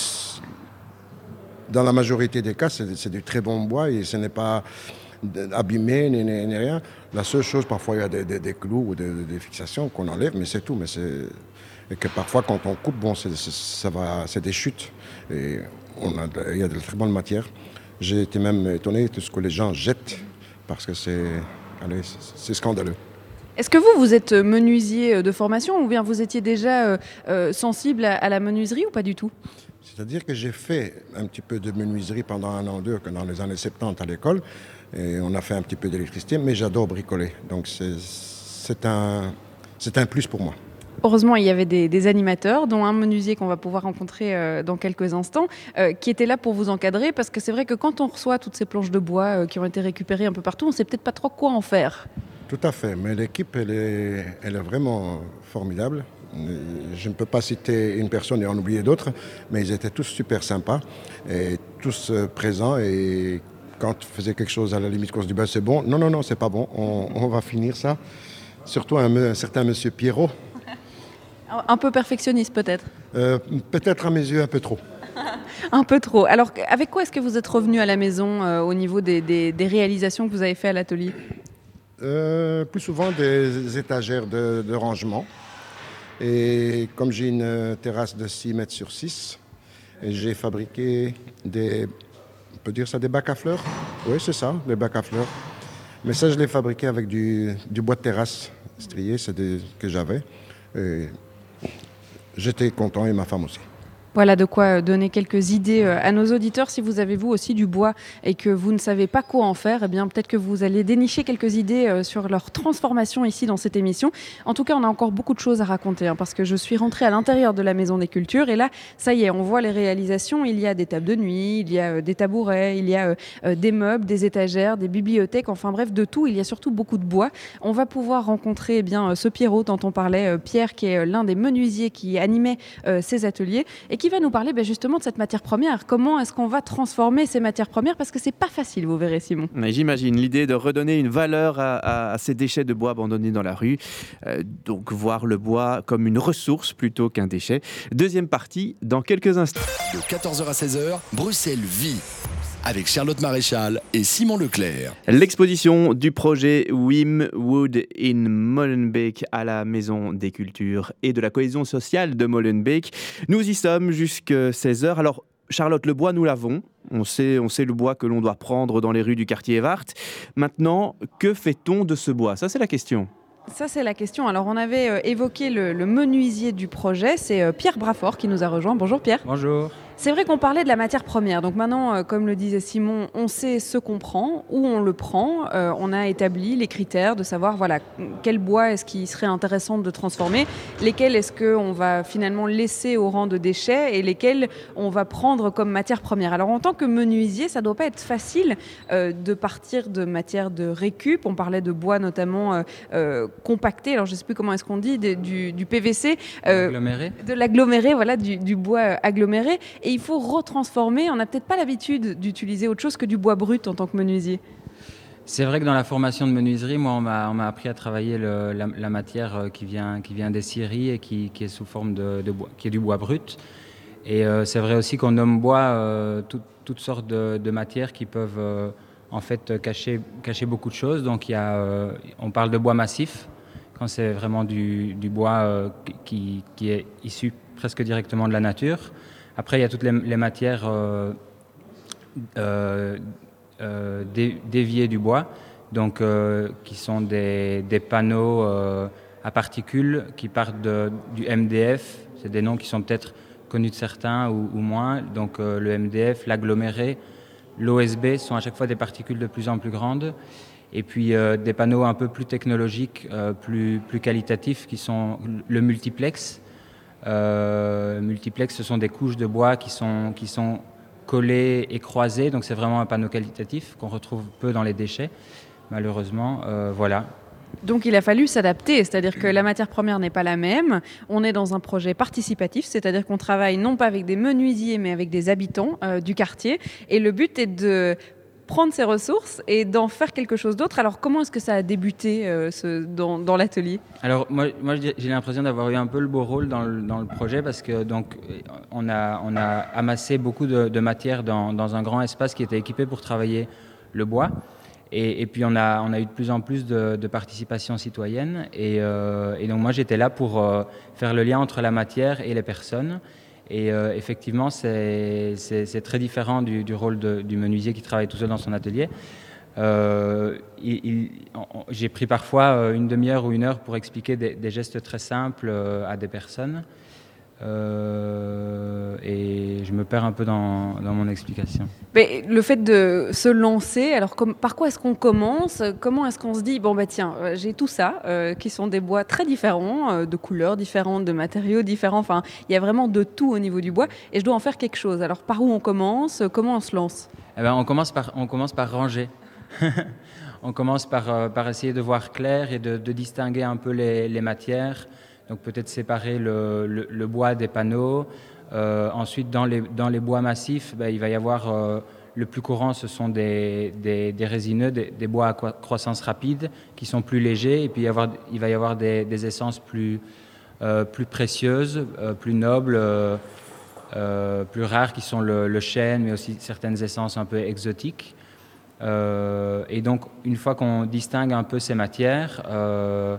dans la majorité des cas, c'est, c'est du très bon bois, et ce n'est pas abîmé ni, ni, ni rien. La seule chose, parfois, il y a des, des, des clous ou des, des fixations qu'on enlève, mais c'est tout. Mais c'est... Et que parfois, quand on coupe, bon, c'est, c'est, ça va, c'est des chutes. Et on a, il y a de très bonnes matières. J'ai été même étonné de ce que les gens jettent, parce que c'est, allez, c'est, c'est scandaleux. Est-ce que vous, vous êtes menuisier de formation ou bien vous étiez déjà euh, euh, sensible à, à la menuiserie ou pas du tout? C'est-à-dire que j'ai fait un petit peu de menuiserie pendant un an ou deux, dans les années soixante-dix à l'école. Et on a fait un petit peu d'électricité, mais j'adore bricoler. Donc c'est, c'est, un, c'est un plus pour moi. Heureusement, il y avait des, des animateurs, dont un menuisier qu'on va pouvoir rencontrer euh, dans quelques instants, euh, qui était là pour vous encadrer, parce que c'est vrai que quand on reçoit toutes ces planches de bois euh, qui ont été récupérées un peu partout, on ne sait peut-être pas trop quoi en faire. Tout à fait, mais l'équipe, elle est, elle est vraiment formidable. Je ne peux pas citer une personne et en oublier d'autres, mais ils étaient tous super sympas et tous euh, présents. Et quand on faisait quelque chose à la limite qu'on se dit ben, c'est bon, non, non, non, c'est pas bon, on, on va finir ça. Surtout un, un certain monsieur Pierrot. Un peu perfectionniste peut-être. Euh, peut-être à mes yeux un peu trop. Un peu trop. Alors avec quoi est-ce que vous êtes revenu à la maison euh, au niveau des, des, des réalisations que vous avez fait à l'atelier? euh, Plus souvent des étagères de, de rangement. Et comme j'ai une terrasse de six mètres sur six, j'ai fabriqué des, on peut dire ça, des bacs à fleurs. Oui, c'est ça, des bacs à fleurs. Mais ça, je l'ai fabriqué avec du, du bois de terrasse strié, c'est des que j'avais. Et j'étais content et ma femme aussi. Voilà de quoi donner quelques idées à nos auditeurs. Si vous avez vous aussi du bois et que vous ne savez pas quoi en faire, eh bien peut-être que vous allez dénicher quelques idées sur leur transformation ici dans cette émission. En tout cas, on a encore beaucoup de choses à raconter hein, parce que je suis rentrée à l'intérieur de la Maison des Cultures et là, ça y est, on voit les réalisations. Il y a des tables de nuit, il y a des tabourets, il y a euh, des meubles, des étagères, des bibliothèques, enfin bref, de tout. Il y a surtout beaucoup de bois. On va pouvoir rencontrer eh bien ce Pierrot dont on parlait, Pierre qui est l'un des menuisiers qui animait euh, ces ateliers et qui va nous parler ben, justement de cette matière première. Comment est-ce qu'on va transformer ces matières premières? Parce que c'est pas facile, vous verrez, Simon. Mais j'imagine l'idée de redonner une valeur à, à, à ces déchets de bois abandonnés dans la rue. Euh, donc voir le bois comme une ressource plutôt qu'un déchet. Deuxième partie, dans quelques instants. De quatorze heures à seize heures, Bruxelles vit. Avec Charlotte Maréchal et Simon Leclerc. L'exposition du projet Wim Wood in Molenbeek à la Maison des Cultures et de la Cohésion Sociale de Molenbeek. Nous y sommes jusqu'à seize heures. Alors, Charlotte, le bois, nous l'avons. On sait, on sait le bois que l'on doit prendre dans les rues du quartier Evart. Maintenant, que fait-on de ce bois? Ça, c'est la question. Ça, c'est la question. Alors, on avait euh, évoqué le, le menuisier du projet. C'est euh, Pierre Brafort qui nous a rejoint. Bonjour, Pierre. Bonjour. C'est vrai qu'on parlait de la matière première. Donc maintenant, euh, comme le disait Simon, on sait ce qu'on prend, où on le prend. Euh, on a établi les critères de savoir voilà, quel bois est-ce qui serait intéressant de transformer, lesquels est-ce qu'on va finalement laisser au rang de déchets et lesquels on va prendre comme matière première. Alors en tant que menuisier, ça ne doit pas être facile euh, de partir de matière de récup. On parlait de bois notamment euh, euh, compacté. Alors je ne sais plus comment est-ce qu'on dit, de, du, du P V C. Euh, aggloméré. De l'aggloméré, voilà, du, du bois aggloméré. Et il faut retransformer. On n'a peut-être pas l'habitude d'utiliser autre chose que du bois brut en tant que menuisier. C'est vrai que dans la formation de menuiserie, moi, on m'a, on m'a appris à travailler le, la, la matière qui vient, qui vient des scieries et qui, qui est sous forme de, de bois, qui est du bois brut. Et euh, c'est vrai aussi qu'on nomme bois euh, tout, toutes sortes de, de matières qui peuvent euh, en fait cacher, cacher beaucoup de choses. Donc il y a, euh, on parle de bois massif quand c'est vraiment du, du bois euh, qui, qui est issu presque directement de la nature. Après, il y a toutes les, les matières euh, euh, euh, dé, déviées du bois, donc euh, qui sont des, des panneaux euh, à particules qui partent de, du M D F. C'est des noms qui sont peut-être connus de certains ou, ou moins. Donc euh, le M D F, l'aggloméré, l'O S B sont à chaque fois des particules de plus en plus grandes. Et puis euh, des panneaux un peu plus technologiques, euh, plus, plus qualitatifs, qui sont le multiplex. Euh, multiplex, ce sont des couches de bois qui sont, qui sont collées et croisées, donc c'est vraiment un panneau qualitatif qu'on retrouve peu dans les déchets, malheureusement. Euh, voilà. Donc il a fallu s'adapter, c'est-à-dire que la matière première n'est pas la même. On est dans un projet participatif, c'est-à-dire qu'on travaille non pas avec des menuisiers, mais avec des habitants euh, du quartier. Et le but est de prendre ces ressources et d'en faire quelque chose d'autre. Alors comment est-ce que ça a débuté euh, ce, dans, dans l'atelier? Alors moi, moi j'ai l'impression d'avoir eu un peu le beau rôle dans le, dans le projet parce que donc on a, on a amassé beaucoup de, de matière dans, dans un grand espace qui était équipé pour travailler le bois. Et, et puis on a, on a eu de plus en plus de, de participation citoyenne et, euh, et donc moi j'étais là pour euh, faire le lien entre la matière et les personnes. Et euh, effectivement, c'est, c'est, c'est très différent du, du rôle de, du menuisier qui travaille tout seul dans son atelier. Euh, il, il, on, j'ai pris parfois une demi-heure ou une heure pour expliquer des, des gestes très simples euh, à des personnes. Euh, et je me perds un peu dans, dans mon explication. Mais le fait de se lancer, alors comme, par quoi est-ce qu'on commence? Comment est-ce qu'on se dit, bon bah tiens, euh, j'ai tout ça, euh, qui sont des bois très différents, euh, de couleurs différentes, de matériaux différents, enfin il y a vraiment de tout au niveau du bois et je dois en faire quelque chose. Alors par où on commence? Comment on se lance? Eh ben, on commence par, on commence par ranger. on commence par, euh, par essayer de voir clair et de, de distinguer un peu les, les matières. Donc peut-être séparer le, le, le bois des panneaux. Euh, ensuite, dans les, dans les bois massifs, ben, il va y avoir, euh, le plus courant, ce sont des, des, des résineux, des, des bois à croissance rapide, qui sont plus légers. Et puis il, y avoir, il va y avoir des, des essences plus, euh, plus précieuses, euh, plus nobles, euh, euh, plus rares, qui sont le, le chêne, mais aussi certaines essences un peu exotiques. Euh, et donc, une fois qu'on distingue un peu ces matières, euh,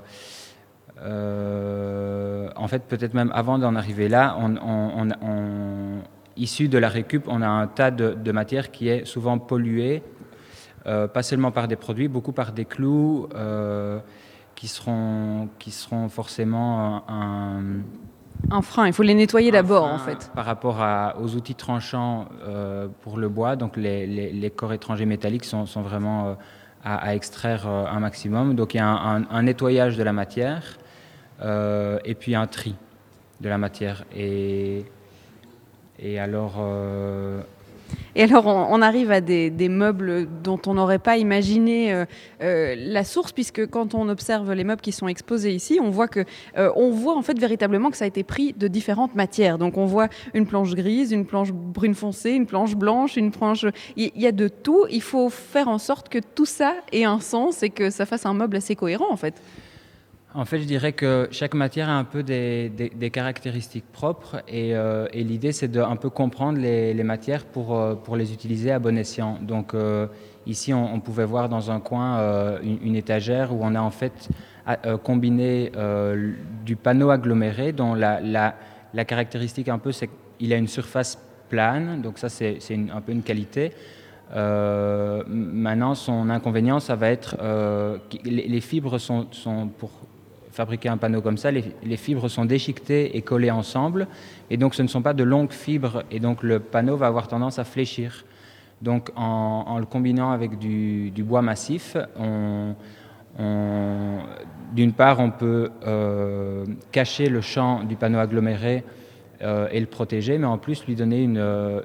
euh, en fait, peut-être même avant d'en arriver là, on, on, on, on, issu de la récup, on a un tas de, de matière qui est souvent polluée, euh, pas seulement par des produits, beaucoup par des clous euh, qui, seront, qui seront forcément un... Un frein, il faut les nettoyer d'abord en fait. Par rapport à, aux outils tranchants euh, pour le bois, donc les, les, les corps étrangers métalliques sont, sont vraiment euh, à, à extraire euh, un maximum. Donc il y a un, un, un nettoyage de la matière euh, et puis un tri de la matière. Et, et alors... Euh, Et alors, on, on arrive à des, des meubles dont on n'aurait pas imaginé euh, euh, la source, puisque quand on observe les meubles qui sont exposés ici, on voit que, euh, on voit en fait véritablement que ça a été pris de différentes matières. Donc, on voit une planche grise, une planche brune foncée, une planche blanche, une planche. Il y a de tout. Il faut faire en sorte que tout ça ait un sens et que ça fasse un meuble assez cohérent, en fait. En fait, je dirais que chaque matière a un peu des, des, des caractéristiques propres et, euh, et l'idée, c'est de un peu comprendre les, les matières pour, euh, pour les utiliser à bon escient. Donc euh, ici, on, on pouvait voir dans un coin euh, une, une étagère où on a en fait à, euh, combiné euh, du panneau aggloméré dont la, la, la caractéristique un peu, c'est qu'il a une surface plane, donc ça, c'est, c'est une, un peu une qualité. Euh, maintenant, son inconvénient, ça va être euh, les, les fibres sont, sont pour fabriquer un panneau comme ça, les, les fibres sont déchiquetées et collées ensemble, et donc ce ne sont pas de longues fibres, et donc le panneau va avoir tendance à fléchir. Donc en, en le combinant avec du, du bois massif, on, on, d'une part on peut euh, cacher le champ du panneau aggloméré euh, et le protéger, mais en plus lui donner une,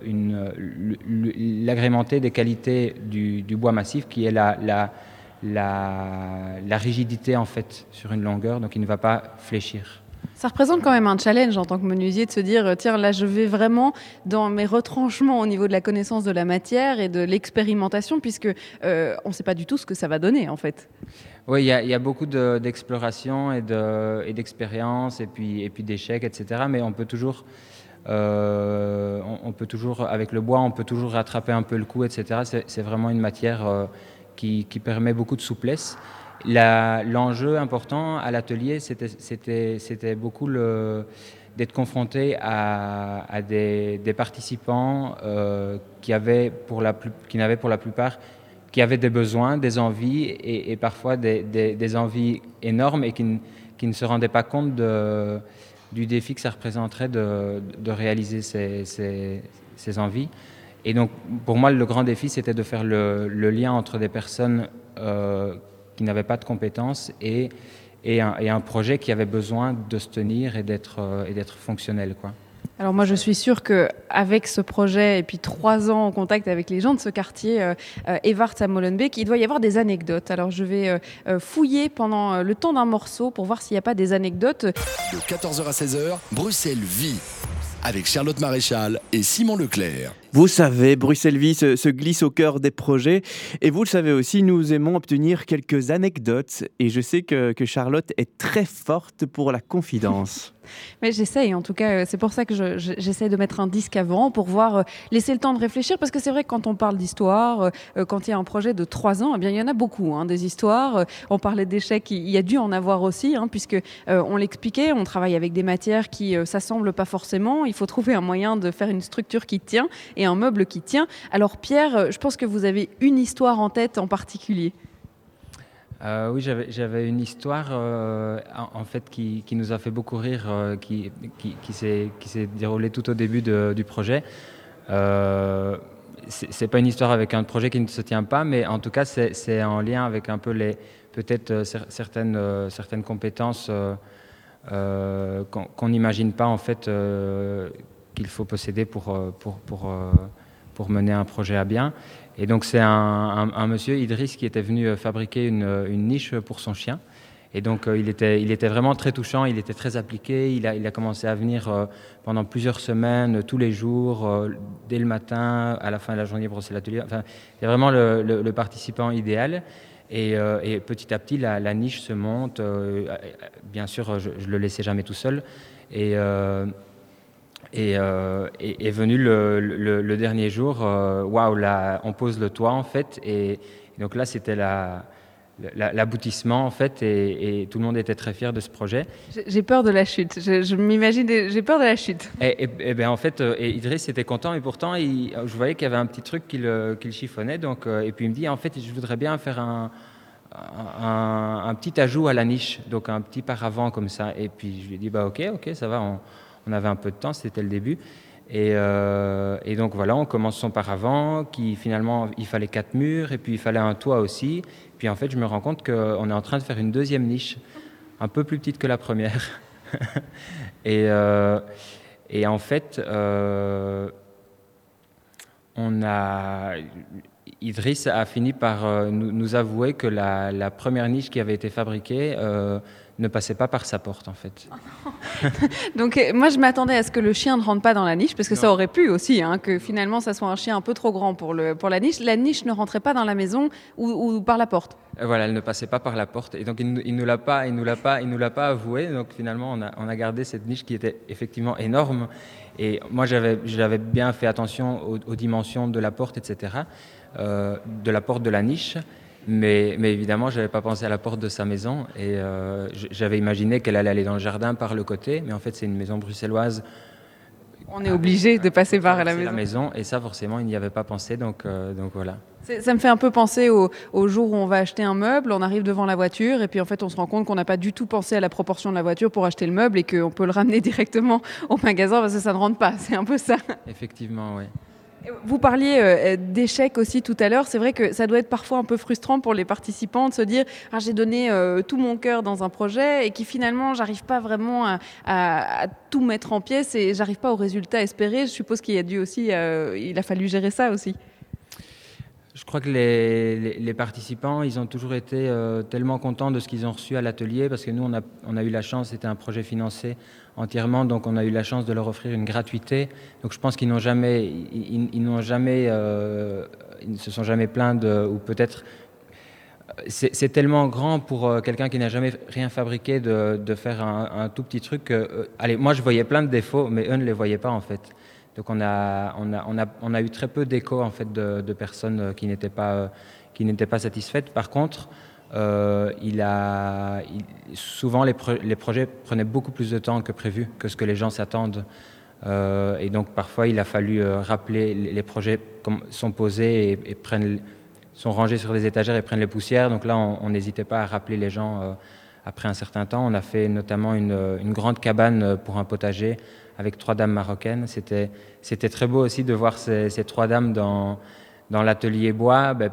une, l'agrémenter des qualités du, du bois massif qui est la, la La, la rigidité en fait sur une longueur, donc il ne va pas fléchir. Ça représente quand même un challenge en tant que menuisier de se dire tiens là je vais vraiment dans mes retranchements au niveau de la connaissance de la matière et de l'expérimentation puisque euh, on ne sait pas du tout ce que ça va donner en fait. Oui, il y a, il y a beaucoup de, d'exploration et, de, et d'expérience et puis, et puis d'échecs, et cetera. Mais on peut toujours euh, on, on peut toujours avec le bois on peut toujours rattraper un peu le coup, et cetera. C'est, c'est vraiment une matière euh, Qui, qui permet beaucoup de souplesse. La, l'enjeu important à l'atelier, c'était, c'était, c'était beaucoup le, d'être confronté à, à des, des participants euh, qui, avaient pour la plus, qui n'avaient pour la plupart qui avaient des besoins, des envies et, et parfois des, des, des envies énormes et qui, ne, qui ne se rendaient pas compte de, du défi que ça représenterait de, de réaliser ces, ces, ces envies. Et donc, pour moi, le grand défi, c'était de faire le, le lien entre des personnes euh, qui n'avaient pas de compétences et, et, un, et un projet qui avait besoin de se tenir et d'être, euh, et d'être fonctionnel, quoi. Alors moi, je suis sûre qu'avec ce projet et puis trois ans en contact avec les gens de ce quartier euh, Evarts à Molenbeek, il doit y avoir des anecdotes. Alors je vais euh, fouiller pendant le temps d'un morceau pour voir s'il n'y a pas des anecdotes. De quatorze heures à seize heures, Bruxelles vit avec Charlotte Maréchal et Simon Leclerc. Vous savez, Bruxelles Vie se, se glisse au cœur des projets. Et vous le savez aussi, nous aimons obtenir quelques anecdotes. Et je sais que, que Charlotte est très forte pour la confidence. Mais j'essaye, en tout cas, c'est pour ça que je, je, j'essaie de mettre un disque avant pour voir, euh, laisser le temps de réfléchir, parce que c'est vrai que quand on parle d'histoire, euh, quand il y a un projet de trois ans, eh bien, il y en a beaucoup, hein, des histoires. Euh, on parlait d'échecs, il y a dû en avoir aussi, hein, puisque euh, on l'expliquait, on travaille avec des matières qui euh, s'assemblent pas forcément, il faut trouver un moyen de faire une structure qui tient et un meuble qui tient. Alors Pierre, je pense que vous avez une histoire en tête en particulier. Euh, oui, j'avais, j'avais une histoire euh, en, en fait qui, qui nous a fait beaucoup rire, euh, qui, qui, qui, s'est, qui s'est déroulée tout au début de, du projet. Euh, c'est, c'est pas une histoire avec un projet qui ne se tient pas, mais en tout cas c'est, c'est en lien avec un peu les peut-être euh, certaines euh, certaines compétences euh, euh, qu'on, qu'on n'imagine pas en fait euh, qu'il faut posséder pour pour pour, euh, pour mener un projet à bien. Et donc c'est un, un, un monsieur, Idriss, qui était venu fabriquer une, une niche pour son chien. Et donc euh, il, était, il était vraiment très touchant, il était très appliqué, il a, il a commencé à venir euh, pendant plusieurs semaines, tous les jours, euh, dès le matin, à la fin de la journée, brosser l'atelier. Enfin, c'est vraiment le, le, le participant idéal. Et, euh, et petit à petit, la, la niche se monte. Euh, bien sûr, je ne le laissais jamais tout seul. Et, euh, et, euh, et est venu le, le, le dernier jour, waouh, wow, on pose le toit en fait. Et, et donc là, c'était la... l'aboutissement en fait, et, et tout le monde était très fier de ce projet. J'ai peur de la chute, je, je m'imagine, j'ai peur de la chute. Et, et, et ben en fait, et Idriss était content, et pourtant il, je voyais qu'il y avait un petit truc qui le, qui le chiffonnait, donc, et puis il me dit en fait je voudrais bien faire un, un, un petit ajout à la niche, donc un petit paravent comme ça, et puis je lui ai dit bah ok, ok, ça va, on, on avait un peu de temps, c'était le début. Et, euh, et donc voilà, on commence son paravent, qui finalement il fallait quatre murs, et puis il fallait un toit aussi. Puis en fait, je me rends compte qu'on est en train de faire une deuxième niche, un peu plus petite que la première. et, euh, et en fait, euh, on a, Idriss a fini par euh, nous, nous avouer que la, la première niche qui avait été fabriquée euh, ne passait pas par sa porte en fait. Oh donc euh, moi je m'attendais à ce que le chien ne rentre pas dans la niche, parce que non. Ça aurait pu aussi, hein, que finalement ça soit un chien un peu trop grand pour, le, pour la niche. La niche ne rentrait pas dans la maison ou, ou par la porte. Et voilà, elle ne passait pas par la porte, et donc il, il nous l'a pas, il nous l'a pas, il nous l'a pas avoué. Donc finalement on a, on a gardé cette niche qui était effectivement énorme. Et moi j'avais, j'avais bien fait attention aux, aux dimensions de la porte, et cetera. Euh, de la porte de la niche. Mais, mais évidemment, je n'avais pas pensé à la porte de sa maison, et euh, j'avais imaginé qu'elle allait aller dans le jardin par le côté, mais en fait c'est une maison bruxelloise. On est obligé de passer par la maison. la maison. Et ça forcément il n'y avait pas pensé, donc, euh, donc voilà. Ça me fait un peu penser au, au jour où on va acheter un meuble, on arrive devant la voiture et puis en fait on se rend compte qu'on n'a pas du tout pensé à la proportion de la voiture pour acheter le meuble et qu'on peut le ramener directement au magasin parce que ça ne rentre pas, c'est un peu ça. Effectivement, oui. Vous parliez euh, d'échecs aussi tout à l'heure. C'est vrai que ça doit être parfois un peu frustrant pour les participants de se dire ah, j'ai donné euh, tout mon cœur dans un projet et qui finalement j'arrive pas vraiment à, à, à tout mettre en pièces et j'arrive pas au résultat espéré. Je suppose qu'il y a dû aussi, euh, il a fallu gérer ça aussi. Je crois que les, les, les participants, ils ont toujours été euh, tellement contents de ce qu'ils ont reçu à l'atelier, parce que nous, on a, on a eu la chance, c'était un projet financé entièrement, donc on a eu la chance de leur offrir une gratuité. Donc je pense qu'ils n'ont jamais, ils, ils n'ont jamais, euh, ils ne se sont jamais plaints de, ou peut-être, c'est, c'est tellement grand pour euh, quelqu'un qui n'a jamais rien fabriqué de, de faire un, un tout petit truc. Que, euh, allez, moi je voyais plein de défauts, mais eux ne les voyaient pas en fait. Donc on a, on a, on a, on a eu très peu d'échos en fait de, de personnes qui n'étaient pas, qui n'étaient pas satisfaites. Par contre, euh, il a, il, souvent les, pro, les projets prenaient beaucoup plus de temps que prévu, que ce que les gens s'attendent. Euh, et donc parfois il a fallu euh, rappeler les, les projets comme, sont posés et, et prennent, sont rangés sur des étagères et prennent les poussières. Donc là on n'hésitait pas à rappeler les gens euh, après un certain temps. On a fait notamment une, une grande cabane pour un potager avec trois dames marocaines. C'était, c'était très beau aussi de voir ces, ces trois dames dans, dans l'atelier bois, ben,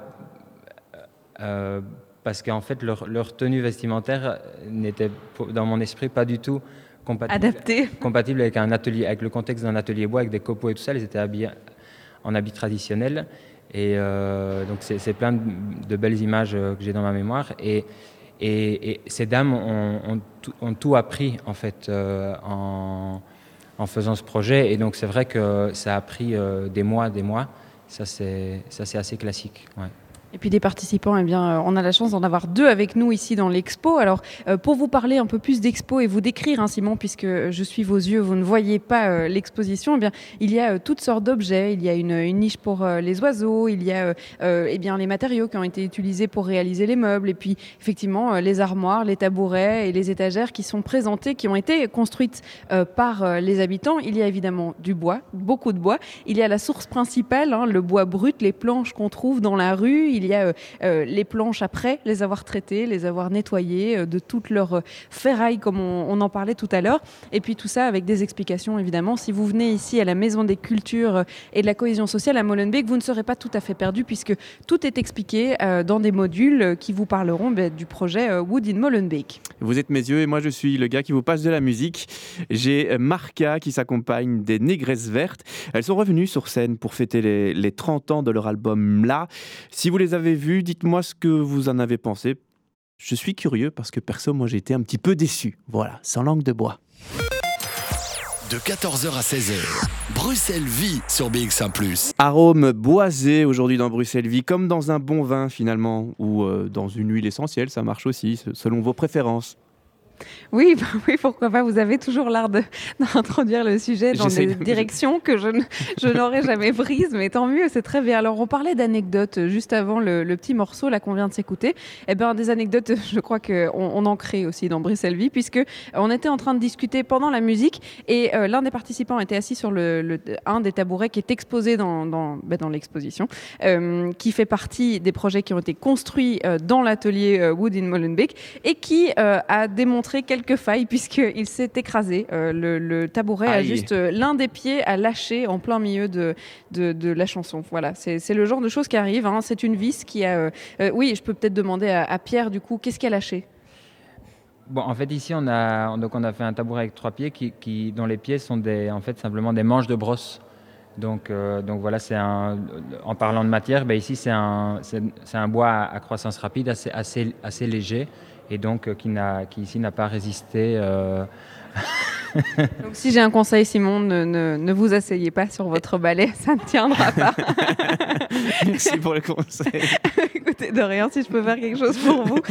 euh, parce qu'en fait, leur, leur tenue vestimentaire n'était, dans mon esprit, pas du tout compatible, adapté, compatible avec, un atelier, avec le contexte d'un atelier bois, avec des copeaux et tout ça. Ils étaient habillés en habits traditionnels. Et euh, donc, c'est, c'est plein de, de belles images que j'ai dans ma mémoire. Et, et, et ces dames ont, ont, tout, ont tout appris, en fait, euh, en... en faisant ce projet, et donc c'est vrai que ça a pris euh, des mois, des mois. Ça c'est, ça c'est assez classique. Ouais. Et puis des participants, eh bien, euh, on a la chance d'en avoir deux avec nous ici dans l'expo. Alors, euh, pour vous parler un peu plus d'expo et vous décrire, hein, Simon, puisque je suis vos yeux, vous ne voyez pas euh, l'exposition, eh bien, il y a euh, toutes sortes d'objets. Il y a une, une niche pour euh, les oiseaux, il y a euh, eh bien, les matériaux qui ont été utilisés pour réaliser les meubles, et puis effectivement euh, les armoires, les tabourets et les étagères qui sont présentés, qui ont été construites euh, par euh, les habitants. Il y a évidemment du bois, beaucoup de bois. Il y a la source principale, hein, le bois brut, les planches qu'on trouve dans la rue. Il il y a euh, euh, les planches après les avoir traitées, les avoir nettoyées euh, de toutes leurs euh, ferrailles comme on, on en parlait tout à l'heure. Et puis tout ça avec des explications évidemment. Si vous venez ici à la Maison des Cultures et de la Cohésion Sociale à Molenbeek, vous ne serez pas tout à fait perdu puisque tout est expliqué euh, dans des modules qui vous parleront bah, du projet euh, Wood in Molenbeek. Vous êtes mes yeux et moi je suis le gars qui vous passe de la musique. J'ai Marca qui s'accompagne des Négresses Vertes. Elles sont revenues sur scène pour fêter les, les trente ans de leur album Là. Si vous les avez vues, dites-moi ce que vous en avez pensé. Je suis curieux parce que perso, moi j'ai été un petit peu déçu. Voilà, sans langue de bois. De quatorze heures à seize heures, Bruxelles vit sur B X un plus. Arôme boisé aujourd'hui dans Bruxelles Vie, comme dans un bon vin finalement, ou euh, dans une huile essentielle, ça marche aussi, selon vos préférences. Oui, bah oui, pourquoi pas. Vous avez toujours l'art de, d'introduire le sujet dans J'essaie des de- directions que je, ne- je n'aurais jamais prises, mais tant mieux, c'est très bien. Alors, on parlait d'anecdotes juste avant le, le petit morceau là qu'on vient de s'écouter. Eh bien, des anecdotes, je crois qu'on on en crée aussi dans Bruxelles Vie, puisque on était en train de discuter pendant la musique et euh, l'un des participants était assis sur le, le- un des tabourets qui est exposé dans, dans, bah, dans l'exposition, euh, qui fait partie des projets qui ont été construits euh, dans l'atelier euh, Wood in Molenbeek et qui euh, a démontré quelques failles puisqu'il s'est écrasé. Euh, le, le tabouret a Aïe. juste euh, l'un des pieds a lâché en plein milieu de, de, de la chanson. Voilà, c'est, c'est le genre de choses qui arrivent. Hein. C'est une vis qui a... euh, euh, oui, je peux peut-être demander à, à Pierre du coup, qu'est-ce qui a lâché ? Bon, en fait, ici, on a, donc on a fait un tabouret avec trois pieds qui, qui, dont les pieds sont des, en fait, simplement des manches de brosse. Donc, euh, donc voilà, c'est un, en parlant de matière, ben ici, c'est un, c'est, c'est un bois à, à croissance rapide, assez, assez, assez léger, et donc euh, qui, n'a, qui ici n'a pas résisté. Euh... Donc si j'ai un conseil, Simon, ne, ne, ne vous asseyez pas sur votre balai, ça ne tiendra pas. Merci pour le conseil. Écoutez, de rien, si je peux faire quelque chose pour vous.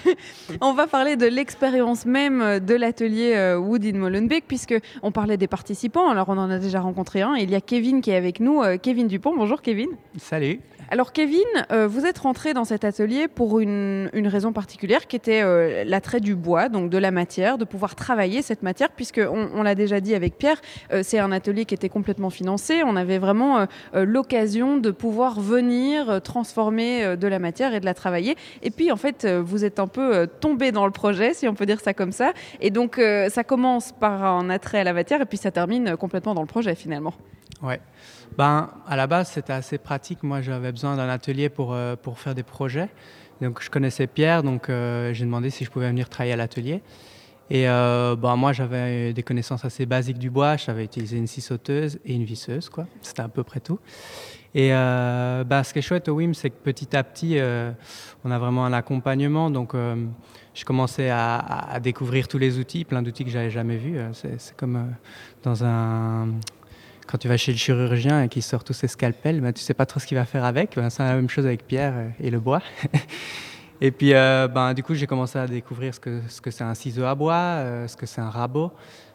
On va parler de l'expérience même de l'atelier euh, Wood in Molenbeek, puisqu'on parlait des participants. Alors, on en a déjà rencontré un. Il y a Kevin qui est avec nous. Euh, Kevin Dupont. Bonjour, Kevin. Salut. Alors, Kevin, euh, vous êtes rentré dans cet atelier pour une, une raison particulière qui était euh, l'attrait du bois, donc de la matière, de pouvoir travailler cette matière, puisqu'on on l'a déjà dit avec Pierre, euh, c'est un atelier qui était complètement financé. On avait vraiment euh, euh, l'occasion de pouvoir venir euh, transformer euh, de la matière et de la travailler. Et puis, en fait, euh, vous êtes un peu euh, tombé dans le projet, si on peut dire ça comme ça. Et donc, euh, ça commence par un attrait à la matière et puis ça termine euh, complètement dans le projet, finalement. Ouais. Ben, à la base, c'était assez pratique. Moi, j'avais besoin d'un atelier pour, euh, pour faire des projets. Donc, je connaissais Pierre, donc euh, j'ai demandé si je pouvais venir travailler à l'atelier. Et euh, ben, moi, j'avais des connaissances assez basiques du bois. Je savais utiliser une scie sauteuse et une visseuse, quoi. C'était à peu près tout. Et euh, ben, ce qui est chouette au W I M, c'est que petit à petit, euh, on a vraiment un accompagnement. Donc, euh, je commençais à, à, à découvrir tous les outils, plein d'outils que je n'avais jamais vus. C'est, c'est comme euh, dans un... Quand tu vas chez le chirurgien et qu'il sort tous ses scalpels, ben, tu ne sais pas trop ce qu'il va faire avec. Ben, c'est la même chose avec Pierre et le bois. Et puis, euh, ben, du coup, j'ai commencé à découvrir ce que, ce que c'est un ciseau à bois, euh, ce que c'est un rabot,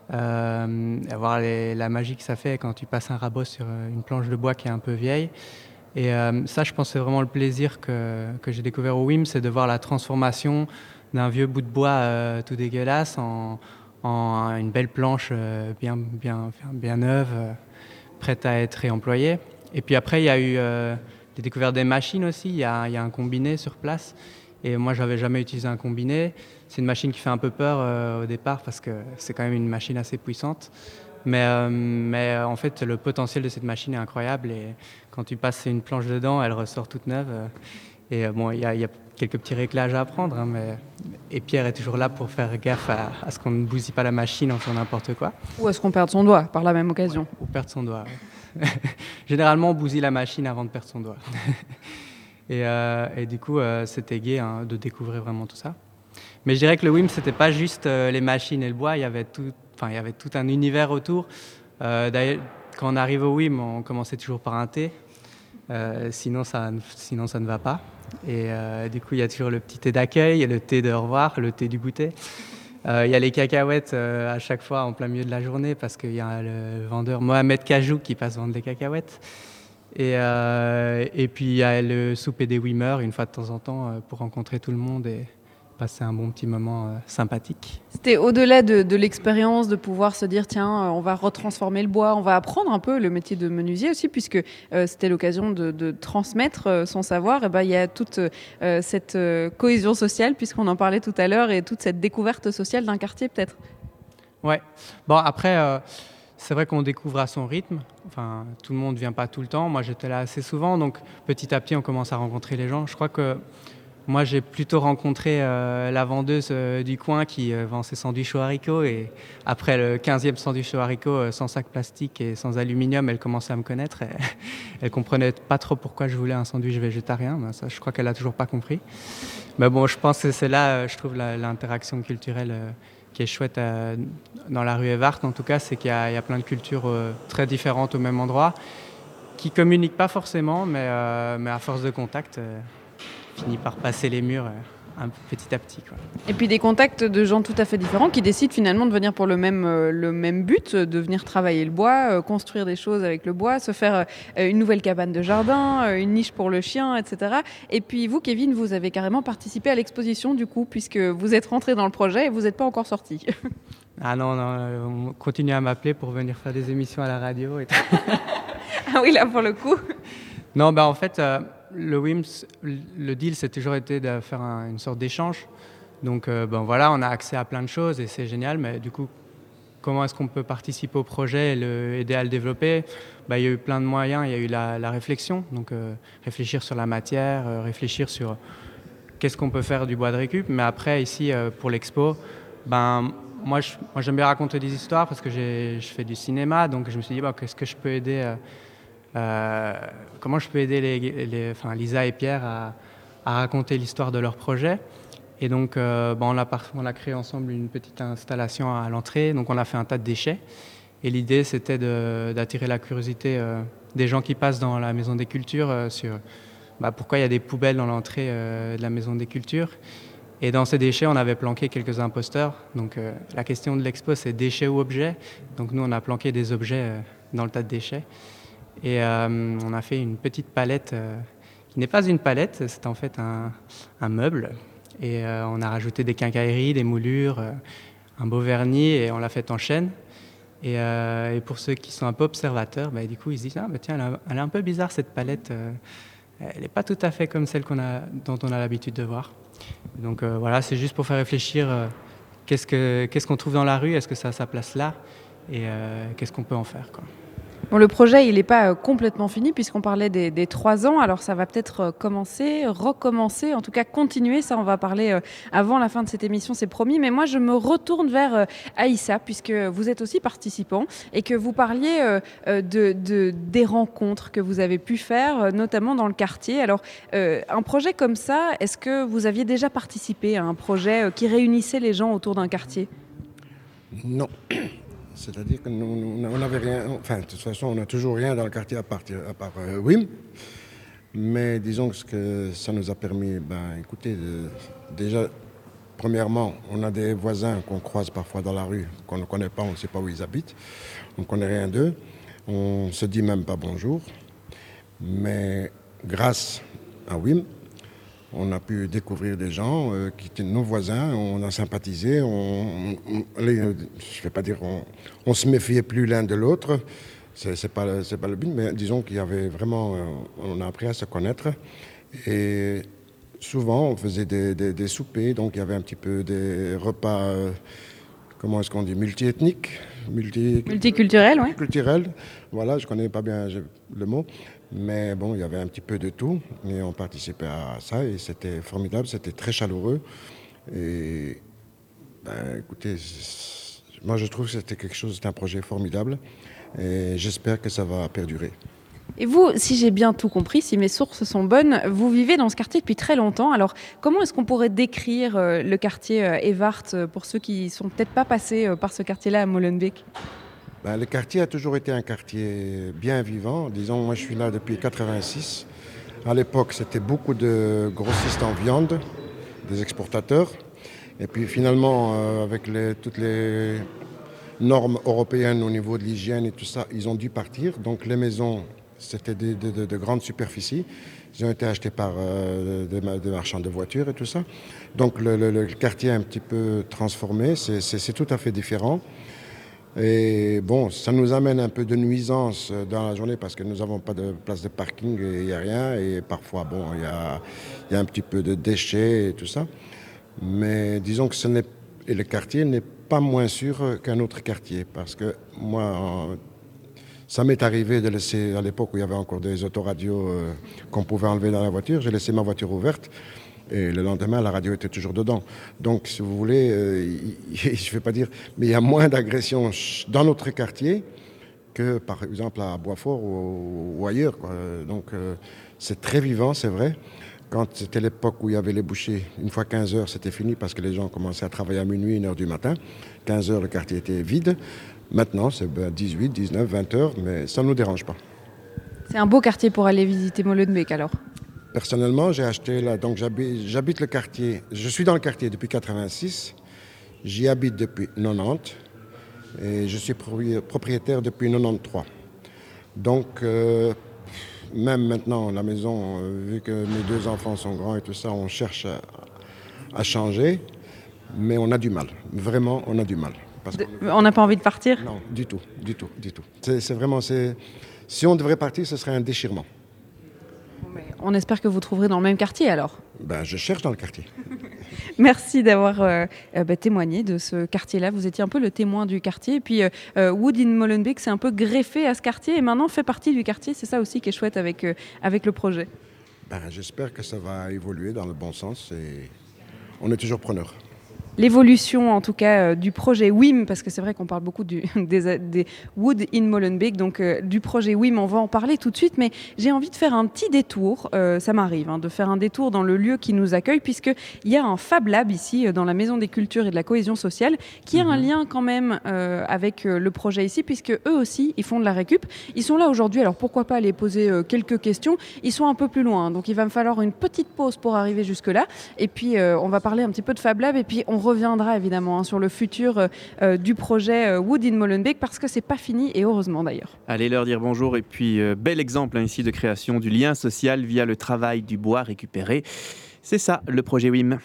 euh, et voir les, la magie que ça fait quand tu passes un rabot sur une planche de bois qui est un peu vieille. Et euh, ça, je pense que c'est vraiment le plaisir que, que j'ai découvert au W I M, c'est de voir la transformation d'un vieux bout de bois euh, tout dégueulasse en, en une belle planche euh, bien, bien, bien neuve, euh, prête à être réemployée. Et puis après, il y a eu euh, des découvertes des machines aussi. Il y a, il y a un combiné sur place. Et moi, je n'avais jamais utilisé un combiné. C'est une machine qui fait un peu peur euh, au départ parce que c'est quand même une machine assez puissante. Mais, euh, mais euh, en fait, le potentiel de cette machine est incroyable. Et quand tu passes une planche dedans, elle ressort toute neuve. Euh, et euh, bon, il y, y a quelques petits réglages à apprendre. Hein, mais... Et Pierre est toujours là pour faire gaffe à, à ce qu'on ne bousille pas la machine en faisant n'importe quoi. Ou est-ce qu'on perd son doigt par la même occasion ? Ouais, ou perdre son doigt. Ouais. Généralement, on bousille la machine avant de perdre son doigt. et, euh, et du coup, euh, c'était gai hein, de découvrir vraiment tout ça. Mais je dirais que le W I M, c'était pas juste euh, les machines et le bois. Il y avait tout, enfin, il y avait tout un univers autour. Euh, d'ailleurs, quand on arrive au W I M, on commençait toujours par un thé. Euh, sinon, ça, sinon, ça ne va pas. Et euh, du coup, il y a toujours le petit thé d'accueil, le thé de au revoir, le thé du goûter. Euh, il y a les cacahuètes euh, à chaque fois en plein milieu de la journée parce qu'il y a le vendeur Mohamed Kajou qui passe vendre des cacahuètes. Et, euh, et puis il y a le souper des Wimers une fois de temps en temps euh, pour rencontrer tout le monde et, passer un bon petit moment euh, sympathique. C'était au-delà de, de l'expérience de pouvoir se dire tiens, euh, on va retransformer le bois, on va apprendre un peu le métier de menuisier aussi, puisque euh, c'était l'occasion de, de transmettre euh, son savoir. Et ben, il y a toute euh, cette euh, cohésion sociale, puisqu'on en parlait tout à l'heure, et toute cette découverte sociale d'un quartier peut-être. Ouais. Bon, après, euh, c'est vrai qu'on découvre à son rythme. Enfin, tout le monde ne vient pas tout le temps. Moi, j'étais là assez souvent, donc petit à petit, on commence à rencontrer les gens. Je crois que moi, j'ai plutôt rencontré euh, la vendeuse euh, du coin qui euh, vend ses sandwichs aux haricots. Et après le quinzième sandwich aux haricots, euh, sans sac plastique et sans aluminium, elle commençait à me connaître. Et elle comprenait pas trop pourquoi je voulais un sandwich végétarien. Ben, ça, je crois qu'elle a toujours pas compris. Mais bon, je pense que c'est là, euh, je trouve, la, l'interaction culturelle euh, qui est chouette euh, dans la rue Evart. En tout cas, c'est qu'il y a, il y a plein de cultures euh, très différentes au même endroit, qui communiquent pas forcément, mais, euh, mais à force de contact... Euh, finit par passer les murs euh, un petit à petit, quoi. Et puis des contacts de gens tout à fait différents qui décident finalement de venir pour le même, euh, le même but, de venir travailler le bois, euh, construire des choses avec le bois, se faire euh, une nouvelle cabane de jardin, euh, une niche pour le chien, et cetera. Et puis vous, Kevin, vous avez carrément participé à l'exposition du coup, puisque vous êtes rentré dans le projet et vous n'êtes pas encore sorti. Ah non, non, euh, on continue à m'appeler pour venir faire des émissions à la radio. Et tout. Ah oui, là pour le coup. Non, bah en fait... Euh, Le W I M S, le deal, c'est toujours été de faire un, une sorte d'échange. Donc, euh, ben voilà, on a accès à plein de choses et c'est génial. Mais du coup, comment est-ce qu'on peut participer au projet et le, aider à le développer? Ben, il y a eu plein de moyens. Il y a eu la, la réflexion, donc euh, réfléchir sur la matière, euh, réfléchir sur qu'est-ce qu'on peut faire du bois de récup. Mais après, ici, euh, pour l'expo, ben, moi, je, moi, j'aime bien raconter des histoires parce que j'ai, je fais du cinéma. Donc, je me suis dit, ben, qu'est-ce que je peux aider euh, Euh, comment je peux aider les, les, enfin, Lisa et Pierre à, à raconter l'histoire de leur projet. Et donc, euh, bon, on, a par, on a créé ensemble une petite installation à l'entrée. Donc, on a fait un tas de déchets. Et l'idée, c'était de, d'attirer la curiosité euh, des gens qui passent dans la Maison des Cultures euh, sur bah, pourquoi il y a des poubelles dans l'entrée euh, de la Maison des Cultures. Et dans ces déchets, on avait planqué quelques imposteurs. Donc, euh, la question de l'expo, c'est déchets ou objets. Donc, nous, on a planqué des objets euh, dans le tas de déchets. Et euh, on a fait une petite palette euh, qui n'est pas une palette, c'est en fait un, un meuble. Et euh, on a rajouté des quincailleries, des moulures, euh, un beau vernis et on l'a fait en chêne. Et, euh, et pour ceux qui sont un peu observateurs, bah, du coup ils se disent ah, bah, tiens, elle, a, elle est un peu bizarre cette palette, euh, elle n'est pas tout à fait comme celle qu'on a, dont on a l'habitude de voir. Donc euh, voilà, c'est juste pour faire réfléchir euh, qu'est-ce, que, qu'est-ce qu'on trouve dans la rue, est-ce que ça a sa place là et euh, qu'est-ce qu'on peut en faire, quoi. Bon, le projet, il n'est pas euh, complètement fini puisqu'on parlait des, des trois ans. Alors, ça va peut-être euh, commencer, recommencer, en tout cas continuer. Ça, on va parler euh, avant la fin de cette émission, c'est promis. Mais moi, je me retourne vers euh, Aïssa puisque vous êtes aussi participant et que vous parliez euh, de, de, des rencontres que vous avez pu faire, euh, notamment dans le quartier. Alors, euh, un projet comme ça, est-ce que vous aviez déjà participé à un projet euh, qui réunissait les gens autour d'un quartier? Non. C'est-à-dire que nous, on n'avait rien, enfin de toute façon on n'a toujours rien dans le quartier à part, à part euh, W I M, mais disons que, ce que ça nous a permis, ben écoutez, de, déjà premièrement on a des voisins qu'on croise parfois dans la rue, qu'on ne connaît pas, on ne sait pas où ils habitent, on ne connaît rien d'eux, on ne se dit même pas bonjour, mais grâce à W I M, on a pu découvrir des gens euh, qui étaient nos voisins, on a sympathisé, on, on, allez, je ne vais pas dire on, on se méfiait plus l'un de l'autre, c'est, c'est pas, c'est pas le but, mais disons qu'il y avait vraiment, euh, on a appris à se connaître et souvent on faisait des, des, des soupers, donc il y avait un petit peu des repas, euh, comment est-ce qu'on dit, multiethniques, multi... multiculturels, oui. Culturels, voilà, je ne connais pas bien le mot. Mais bon, il y avait un petit peu de tout et on participait à ça et c'était formidable, c'était très chaleureux. Et ben, écoutez, moi je trouve que c'était quelque chose, c'est un projet formidable et j'espère que ça va perdurer. Et vous, si j'ai bien tout compris, si mes sources sont bonnes, vous vivez dans ce quartier depuis très longtemps. Alors, comment est-ce qu'on pourrait décrire euh, le quartier euh, Evart pour ceux qui ne sont peut-être pas passés euh, par ce quartier-là à Molenbeek? Ben, le quartier a toujours été un quartier bien vivant. Disons, moi je suis là depuis quatre-vingt-six. À l'époque, c'était beaucoup de grossistes en viande, des exportateurs. Et puis finalement, euh, avec les, toutes les normes européennes au niveau de l'hygiène et tout ça, ils ont dû partir. Donc les maisons C'était de, de, de, de grandes superficies. Ils ont été achetés par euh, des, des marchands de voitures et tout ça. Donc le, le, le quartier est un petit peu transformé, c'est, c'est, c'est tout à fait différent. Et bon, ça nous amène un peu de nuisance dans la journée parce que nous n'avons pas de place de parking et il n'y a rien. Et parfois, bon, il y a, y a un petit peu de déchets et tout ça. Mais disons que ce n'est, et le quartier n'est pas moins sûr qu'un autre quartier. Parce que moi, ça m'est arrivé de laisser, à l'époque où il y avait encore des autoradios euh, qu'on pouvait enlever dans la voiture, j'ai laissé ma voiture ouverte. Et le lendemain, la radio était toujours dedans. Donc, si vous voulez, euh, je ne vais pas dire, mais il y a moins d'agressions dans notre quartier que, par exemple, à Boisfort ou, ou ailleurs, quoi. Donc, euh, c'est très vivant, c'est vrai. Quand c'était l'époque où il y avait les bouchers, une fois quinze heures, c'était fini parce que les gens commençaient à travailler à minuit, une heure du matin. quinze heures, le quartier était vide. Maintenant, c'est ben, dix-huit, dix-neuf, vingt heures, mais ça ne nous dérange pas. C'est un beau quartier pour aller visiter Molenbeek, alors? Personnellement, j'ai acheté là, donc j'habite, j'habite le quartier, je suis dans le quartier depuis quatre-vingt-six, j'y habite depuis quatre-vingt-dix et je suis propriétaire depuis quatre-vingt-treize. Donc, euh, même maintenant, la maison, euh, vu que mes deux enfants sont grands et tout ça, on cherche à, à changer, mais on a du mal, vraiment, on a du mal. Parce de, on n'a pas envie de partir? Non, du tout, du tout, du tout. C'est, c'est vraiment, c'est, si on devrait partir, ce serait un déchirement. On espère que vous trouverez dans le même quartier alors. Ben, je cherche dans le quartier. Merci d'avoir euh, bah, témoigné de ce quartier-là. Vous étiez un peu le témoin du quartier. Et puis euh, Wood in Molenbeek s'est un peu greffé à ce quartier et maintenant fait partie du quartier. C'est ça aussi qui est chouette avec, euh, avec le projet. Ben, j'espère que ça va évoluer dans le bon sens et on est toujours preneurs. L'évolution en tout cas euh, du projet W I M, parce que c'est vrai qu'on parle beaucoup du, des, des Wood in Molenbeek, donc euh, du projet W I M, on va en parler tout de suite, mais j'ai envie de faire un petit détour, euh, ça m'arrive, hein, de faire un détour dans le lieu qui nous accueille, puisqu'il y a un Fab Lab ici, euh, dans la Maison des Cultures et de la Cohésion Sociale, qui mmh. a un lien quand même euh, avec euh, le projet ici, puisque eux aussi, ils font de la récup. Ils sont là aujourd'hui, alors pourquoi pas aller poser euh, quelques questions. Ils sont un peu plus loin, donc il va me falloir une petite pause pour arriver jusque-là, et puis euh, on va parler un petit peu de Fab Lab, et puis on reviendra évidemment hein, sur le futur euh, du projet euh, Wood in Molenbeek parce que c'est pas fini et heureusement d'ailleurs. Allez leur dire bonjour et puis euh, bel exemple hein, ici de création du lien social via le travail du bois récupéré. C'est ça le projet W I M.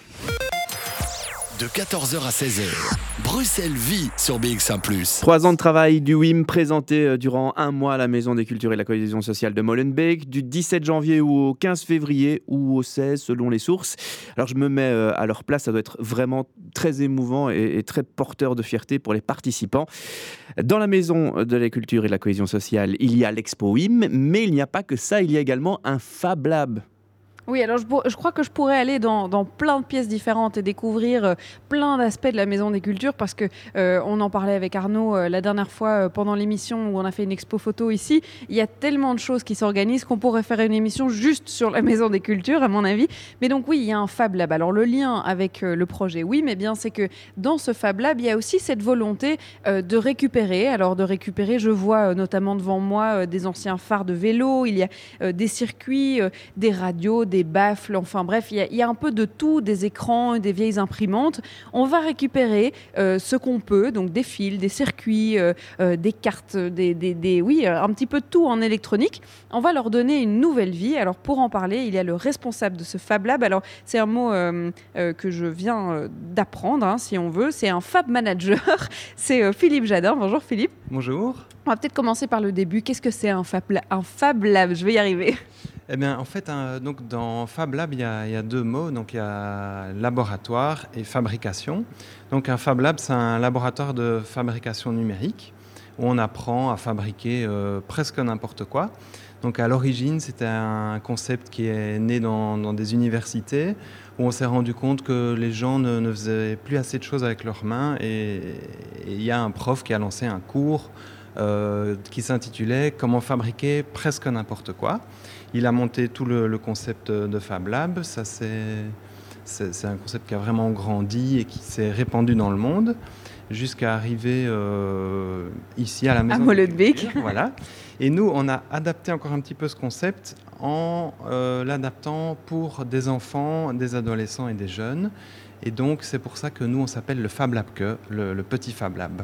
De quatorze heures à seize heures, Bruxelles vit sur B X un plus. Trois ans de travail du W I M présenté durant un mois à la Maison des Cultures et de la Cohésion Sociale de Molenbeek, du dix-sept janvier au quinze février ou au seize selon les sources. Alors je me mets à leur place, ça doit être vraiment très émouvant et, et très porteur de fierté pour les participants. Dans la Maison de la Culture et de la Cohésion Sociale, il y a l'Expo W I M, mais il n'y a pas que ça, il y a également un Fab Lab. Oui, alors je, je crois que je pourrais aller dans, dans plein de pièces différentes et découvrir euh, plein d'aspects de la Maison des Cultures parce que euh, on en parlait avec Arnaud euh, la dernière fois euh, pendant l'émission où on a fait une expo photo ici. Il y a tellement de choses qui s'organisent qu'on pourrait faire une émission juste sur la Maison des Cultures à mon avis. Mais donc oui, il y a un Fab Lab. Alors le lien avec euh, le projet oui, mais bien c'est que dans ce Fab Lab, il y a aussi cette volonté euh, de récupérer. Alors de récupérer, je vois euh, notamment devant moi euh, des anciens phares de vélo, il y a euh, des circuits, euh, des radios, des baffles, enfin bref, il y, y a un peu de tout, des écrans, des vieilles imprimantes. On va récupérer euh, ce qu'on peut, donc des fils, des circuits, euh, euh, des cartes, des, des, des, oui, un petit peu de tout en électronique. On va leur donner une nouvelle vie. Alors pour en parler, il y a le responsable de ce Fab Lab. Alors c'est un mot euh, euh, que je viens euh, d'apprendre, hein, si on veut. C'est un Fab Manager. C'est euh, Philippe Jadin. Bonjour Philippe. Bonjour. On va peut-être commencer par le début. Qu'est-ce que c'est un Fab Lab, un Fab Lab? Je vais y arriver. Eh bien, en fait, hein, donc dans Fab Lab, il y, a, il y a deux mots. Donc, il y a laboratoire et fabrication. Donc, un Fab Lab, c'est un laboratoire de fabrication numérique où on apprend à fabriquer euh, presque n'importe quoi. Donc, à l'origine, c'était un concept qui est né dans, dans des universités où on s'est rendu compte que les gens ne, ne faisaient plus assez de choses avec leurs mains. Et il y a un prof qui a lancé un cours euh, qui s'intitulait « Comment fabriquer presque n'importe quoi ». Il a monté tout le, le concept de Fab Lab. Ça, c'est, c'est, c'est un concept qui a vraiment grandi et qui s'est répandu dans le monde jusqu'à arriver euh, ici à la Maison à Molenbeek. Voilà. Et nous, on a adapté encore un petit peu ce concept en euh, l'adaptant pour des enfants, des adolescents et des jeunes. Et donc, c'est pour ça que nous, on s'appelle le Fab Lab Que, le, le petit Fab Lab.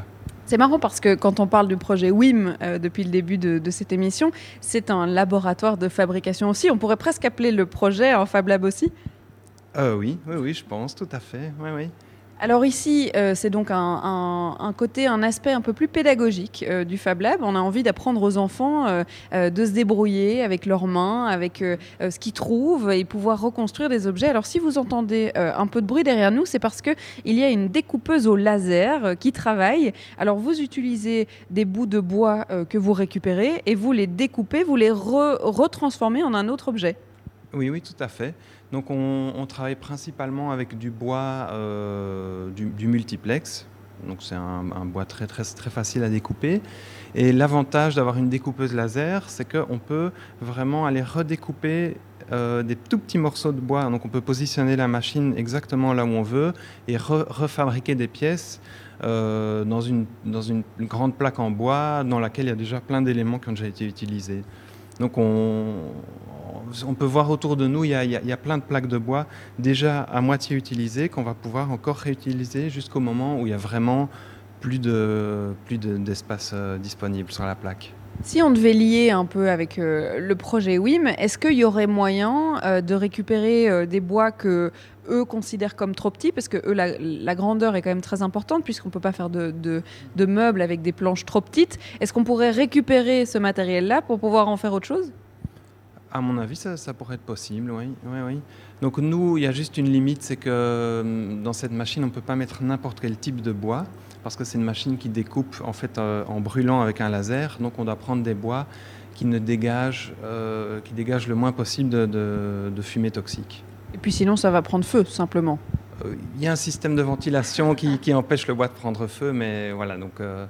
C'est marrant parce que quand on parle du projet WIM euh, depuis le début de, de cette émission, c'est un laboratoire de fabrication aussi. On pourrait presque appeler le projet un Fab Lab aussi. Euh, oui, oui, oui, je pense, tout à fait. Oui, oui. Alors ici, euh, c'est donc un, un, un côté, un aspect un peu plus pédagogique euh, du Fab Lab. On a envie d'apprendre aux enfants euh, euh, de se débrouiller avec leurs mains, avec euh, euh, ce qu'ils trouvent et pouvoir reconstruire des objets. Alors si vous entendez euh, un peu de bruit derrière nous, c'est parce qu'il y a une découpeuse au laser euh, qui travaille. Alors vous utilisez des bouts de bois euh, que vous récupérez et vous les découpez, vous les re- retransformez en un autre objet. Oui, oui, tout à fait. Donc on, on travaille principalement avec du bois, euh, du, du multiplex. Donc c'est un, un bois très, très, très facile à découper. Et l'avantage d'avoir une découpeuse laser, c'est qu'on peut vraiment aller redécouper euh, des tout petits morceaux de bois. Donc on peut positionner la machine exactement là où on veut et re- refabriquer des pièces euh, dans, une, dans une grande plaque en bois dans laquelle il y a déjà plein d'éléments qui ont déjà été utilisés. Donc on, on peut voir autour de nous, il y, a, il y a plein de plaques de bois déjà à moitié utilisées qu'on va pouvoir encore réutiliser jusqu'au moment où il y a vraiment plus, de, plus de, d'espace euh, disponible sur la plaque. Si on devait lier un peu avec euh, le projet WIM, est-ce qu'il y aurait moyen euh, de récupérer euh, des bois que eux considèrent comme trop petits, parce que eux, la, la grandeur est quand même très importante puisqu'on ne peut pas faire de, de, de meubles avec des planches trop petites. Est-ce qu'on pourrait récupérer ce matériel-là pour pouvoir en faire autre chose ? À mon avis, ça, ça pourrait être possible, oui, oui, oui. Donc nous, il y a juste une limite, c'est que dans cette machine, on ne peut pas mettre n'importe quel type de bois, parce que c'est une machine qui découpe en fait euh, en brûlant avec un laser. Donc on doit prendre des bois qui ne dégagent, euh, qui dégagent le moins possible de, de, de fumée toxique. Et puis sinon, ça va prendre feu, simplement. Il euh, y a un système de ventilation qui, qui empêche le bois de prendre feu, mais voilà, donc... Euh,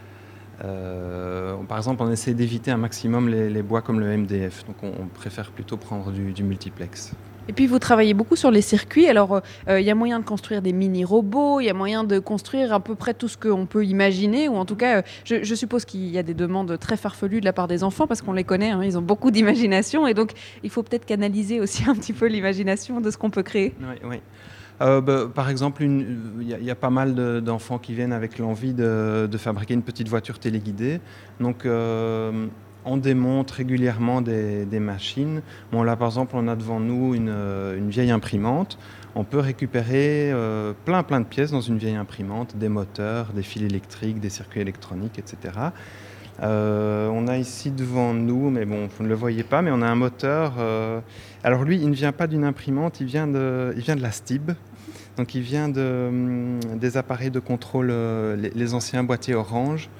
Euh, par exemple, on essaie d'éviter un maximum les, les bois comme le M D F, donc on, on préfère plutôt prendre du, du multiplex. Et puis vous travaillez beaucoup sur les circuits, alors il euh, y a moyen de construire des mini-robots, il y a moyen de construire à peu près tout ce qu'on peut imaginer, ou en tout cas, euh, je, je suppose qu'il y a des demandes très farfelues de la part des enfants, parce qu'on les connaît, hein, ils ont beaucoup d'imagination, et donc il faut peut-être canaliser aussi un petit peu l'imagination de ce qu'on peut créer. Oui, oui. Euh, bah, par exemple, il y, y a pas mal de, d'enfants qui viennent avec l'envie de, de fabriquer une petite voiture téléguidée. Donc, euh, on démonte régulièrement des, des machines. Bon, là, par exemple, on a devant nous une, une vieille imprimante. On peut récupérer euh, plein, plein de pièces dans une vieille imprimante, des moteurs, des fils électriques, des circuits électroniques, et cetera. Euh, on a ici devant nous, mais bon, vous ne le voyez pas, mais on a un moteur. Euh, alors lui, il ne vient pas d'une imprimante, il vient de, il vient de la S T I B. Donc il vient de, des appareils de contrôle, les, les anciens boîtiers Orange.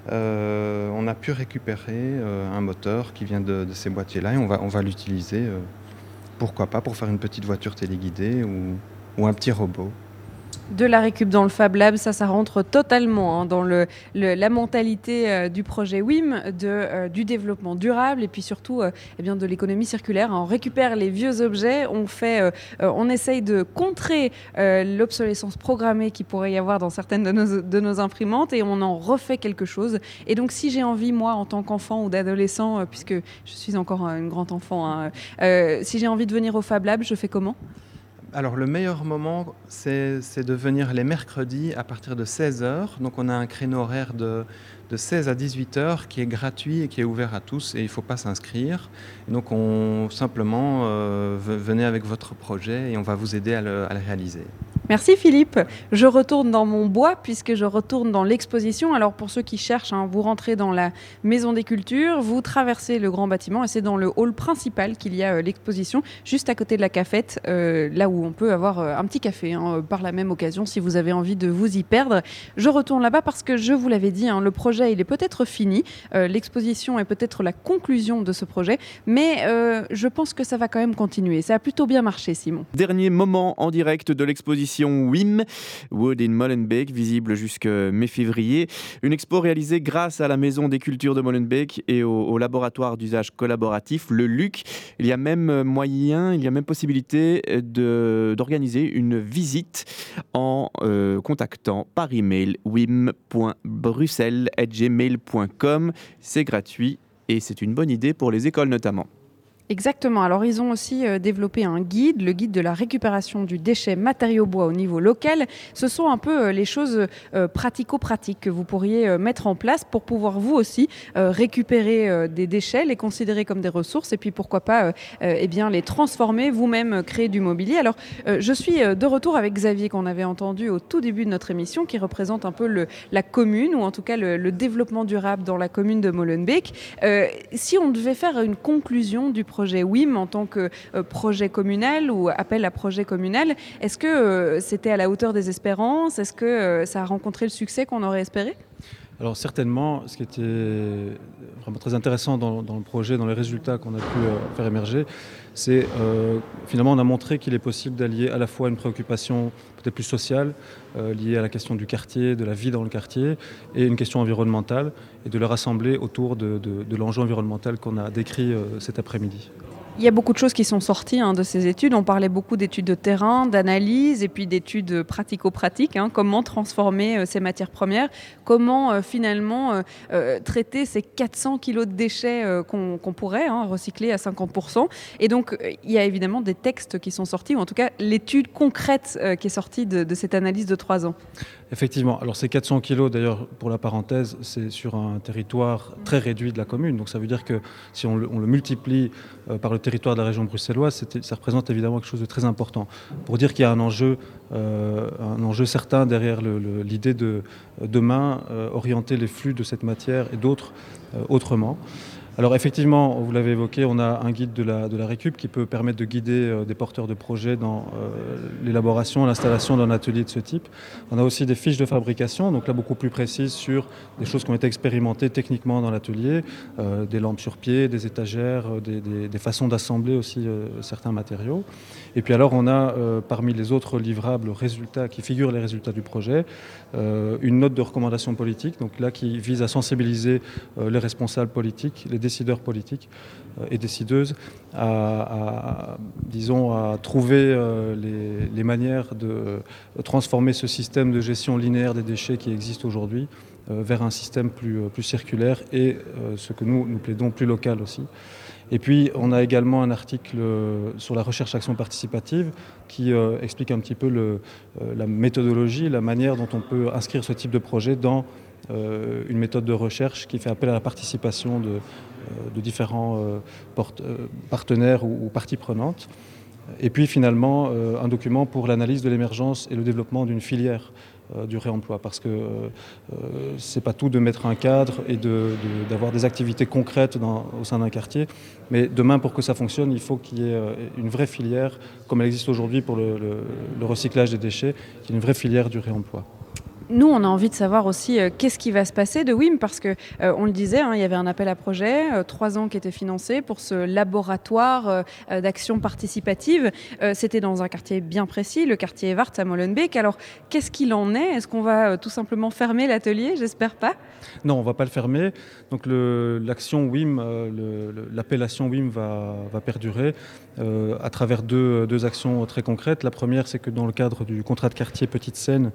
Euh, on a pu récupérer euh, un moteur qui vient de, de ces boîtiers-là et on va, on va l'utiliser, euh, pourquoi pas, pour faire une petite voiture téléguidée ou, ou un petit robot. De la récup dans le Fab Lab, ça, ça rentre totalement hein, dans le, le, la mentalité euh, du projet WIM, de, euh, du développement durable et puis surtout euh, eh bien, de l'économie circulaire. On récupère les vieux objets, on, fait, euh, euh, on essaye de contrer euh, l'obsolescence programmée qu'il pourrait y avoir dans certaines de nos, de nos imprimantes et on en refait quelque chose. Et donc si j'ai envie, moi, en tant qu'enfant ou d'adolescent, euh, puisque je suis encore une grande enfant, hein, euh, si j'ai envie de venir au Fab Lab, je fais comment ? Alors le meilleur moment, c'est, c'est de venir les mercredis à partir de seize heures. Donc on a un créneau horaire de, de seize à dix-huit heures qui est gratuit et qui est ouvert à tous et il ne faut pas s'inscrire. Et donc on simplement euh, venez avec votre projet et on va vous aider à le, à le réaliser. Merci Philippe. Je retourne dans mon bois puisque je retourne dans l'exposition. Alors pour ceux qui cherchent, hein, vous rentrez dans la Maison des Cultures, vous traversez le grand bâtiment et c'est dans le hall principal qu'il y a euh, l'exposition, juste à côté de la cafette, euh, là où on peut avoir euh, un petit café hein, par la même occasion si vous avez envie de vous y perdre. Je retourne là-bas parce que je vous l'avais dit, hein, le projet il est peut-être fini, euh, l'exposition est peut-être la conclusion de ce projet, mais euh, je pense que ça va quand même continuer. Ça a plutôt bien marché, Simon. Dernier moment en direct de l'exposition WIM, Wood in Molenbeek, visible jusqu'à mai-février. Une expo réalisée grâce à la Maison des Cultures de Molenbeek et au, au laboratoire d'usage collaboratif, le L U C. Il y a même moyen, il y a même possibilité de, d'organiser une visite en euh, contactant par email wim point bruxelles arobase gmail point com. C'est gratuit et c'est une bonne idée pour les écoles notamment. Exactement. Alors, ils ont aussi euh, développé un guide, le guide de la récupération du déchet matériaux bois au niveau local. Ce sont un peu euh, les choses euh, pratico-pratiques que vous pourriez euh, mettre en place pour pouvoir vous aussi euh, récupérer euh, des déchets, les considérer comme des ressources et puis pourquoi pas euh, euh, eh bien, les transformer, vous-même euh, créer du mobilier. Alors, euh, je suis euh, de retour avec Xavier qu'on avait entendu au tout début de notre émission qui représente un peu le, la commune ou en tout cas le, le développement durable dans la commune de Molenbeek. Euh, si on devait faire une conclusion du projet projet W I M en tant que euh, projet communal ou appel à projet communal. Est-ce que euh, c'était à la hauteur des espérances? Est-ce que euh, ça a rencontré le succès qu'on aurait espéré? Alors certainement, ce qui était vraiment très intéressant dans, dans le projet, dans les résultats qu'on a pu euh, faire émerger, c'est euh, finalement on a montré qu'il est possible d'allier à la fois une préoccupation peut-être plus sociale, euh, liée à la question du quartier, de la vie dans le quartier, et une question environnementale, et de le rassembler autour de, de, de l'enjeu environnemental qu'on a décrit euh, cet après-midi. Il y a beaucoup de choses qui sont sorties hein, de ces études. On parlait beaucoup d'études de terrain, d'analyse et puis d'études pratico-pratiques. Hein, comment transformer euh, ces matières premières, comment euh, finalement euh, euh, traiter ces quatre cents kilos de déchets euh, qu'on, qu'on pourrait hein, recycler à cinquante pour cent. Et donc, euh, il y a évidemment des textes qui sont sortis, ou en tout cas l'étude concrète euh, qui est sortie de, de cette analyse de trois ans. Effectivement. Alors ces quatre cents kilos, d'ailleurs, pour la parenthèse, c'est sur un territoire très réduit de la commune. Donc ça veut dire que si on le, on le multiplie euh, par le territoire de la région bruxelloise, ça représente évidemment quelque chose de très important. Pour dire qu'il y a un enjeu, euh, un enjeu certain derrière le, le, l'idée de euh, demain euh, orienter les flux de cette matière et d'autres euh, autrement. Alors effectivement, vous l'avez évoqué, on a un guide de la, de la récup qui peut permettre de guider euh, des porteurs de projets dans euh, l'élaboration, l'installation d'un atelier de ce type. On a aussi des fiches de fabrication, donc là beaucoup plus précises sur des choses qui ont été expérimentées techniquement dans l'atelier, euh, des lampes sur pied, des étagères, euh, des, des, des façons d'assembler aussi euh, certains matériaux. Et puis alors on a euh, parmi les autres livrables résultats qui figurent les résultats du projet, euh, une note de recommandation politique, donc là qui vise à sensibiliser euh, les responsables politiques, les décideurs politiques euh, et décideuses à, à, disons, à trouver euh, les, les manières de euh, transformer ce système de gestion linéaire des déchets qui existe aujourd'hui euh, vers un système plus, plus circulaire et euh, ce que nous, nous plaidons plus local aussi. Et puis, on a également un article sur la recherche-action participative qui euh, explique un petit peu le, euh, la méthodologie, la manière dont on peut inscrire ce type de projet dans euh, une méthode de recherche qui fait appel à la participation de, euh, de différents euh, porte, euh, partenaires ou, ou parties prenantes. Et puis, finalement, euh, un document pour l'analyse de l'émergence et le développement d'une filière du réemploi, parce que euh, c'est pas tout de mettre un cadre et de, de, d'avoir des activités concrètes dans, au sein d'un quartier, mais demain pour que ça fonctionne, il faut qu'il y ait une vraie filière, comme elle existe aujourd'hui pour le, le, le recyclage des déchets, qui est une vraie filière du réemploi. Nous, on a envie de savoir aussi euh, qu'est-ce qui va se passer de W I M, parce que euh, on le disait, hein, il y avait un appel à projet, euh, trois ans qui était financé pour ce laboratoire euh, d'action participative. Euh, c'était dans un quartier bien précis, le quartier Evart à Molenbeek. Alors, qu'est-ce qu'il en est? Est-ce qu'on va euh, tout simplement fermer l'atelier? J'espère pas. Non, on ne va pas le fermer. Donc le, l'action W I M, euh, le, le, l'appellation W I M va, va perdurer euh, à travers deux, deux actions très concrètes. La première, c'est que dans le cadre du contrat de quartier Petite Seine,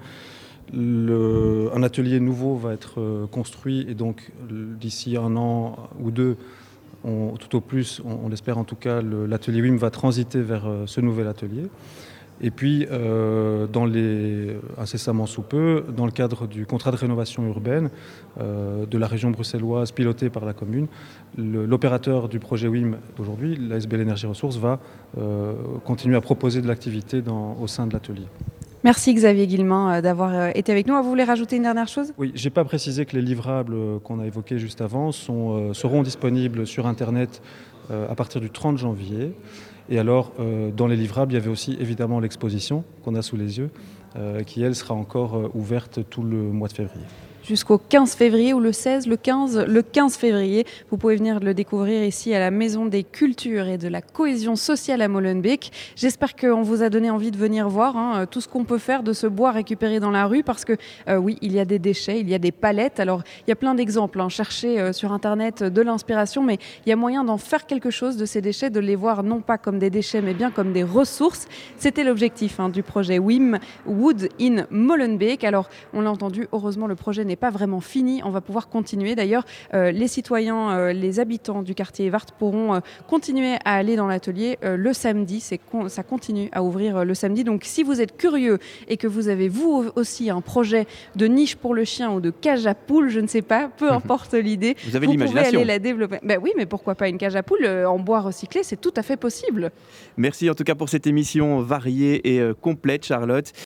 Le, un atelier nouveau va être euh, construit et donc d'ici un an ou deux, on, tout au plus, on, on l'espère en tout cas, le, l'atelier W I M va transiter vers euh, ce nouvel atelier. Et puis, euh, dans les, incessamment sous peu, dans le cadre du contrat de rénovation urbaine euh, de la région bruxelloise piloté par la commune, le, l'opérateur du projet W I M d'aujourd'hui, l'A S B L Énergie Ressources, va euh, continuer à proposer de l'activité dans, au sein de l'atelier. Merci Xavier Guillemant d'avoir été avec nous. Vous voulez rajouter une dernière chose? Oui, je n'ai pas précisé que les livrables qu'on a évoqués juste avant sont, euh, seront disponibles sur Internet euh, à partir du trente janvier. Et alors, euh, dans les livrables, il y avait aussi évidemment l'exposition qu'on a sous les yeux, euh, qui elle sera encore euh, ouverte tout le mois de février. Jusqu'au quinze février ou le seize, le quinze, le quinze février. Vous pouvez venir le découvrir ici à la Maison des Cultures et de la Cohésion Sociale à Molenbeek. J'espère qu'on vous a donné envie de venir voir hein, tout ce qu'on peut faire de ce bois récupéré dans la rue parce que euh, oui, il y a des déchets, il y a des palettes. Alors, il y a plein d'exemples. Hein. Cherchez euh, sur Internet de l'inspiration, mais il y a moyen d'en faire quelque chose de ces déchets, de les voir non pas comme des déchets, mais bien comme des ressources. C'était l'objectif hein, du projet W I M Wood in Molenbeek. Alors, on l'a entendu, heureusement, le projet n'est pas vraiment fini. On va pouvoir continuer. D'ailleurs, euh, les citoyens, euh, les habitants du quartier Evart pourront euh, continuer à aller dans l'atelier euh, le samedi. C'est con- ça continue à ouvrir euh, le samedi. Donc, si vous êtes curieux et que vous avez vous aussi un projet de niche pour le chien ou de cage à poules, je ne sais pas, peu importe l'idée, Vous avez vous pouvez l'imagination. aller la développer. Ben oui, mais pourquoi pas une cage à poules euh, en bois recyclé, c'est tout à fait possible. Merci en tout cas pour cette émission variée et euh, complète, Charlotte.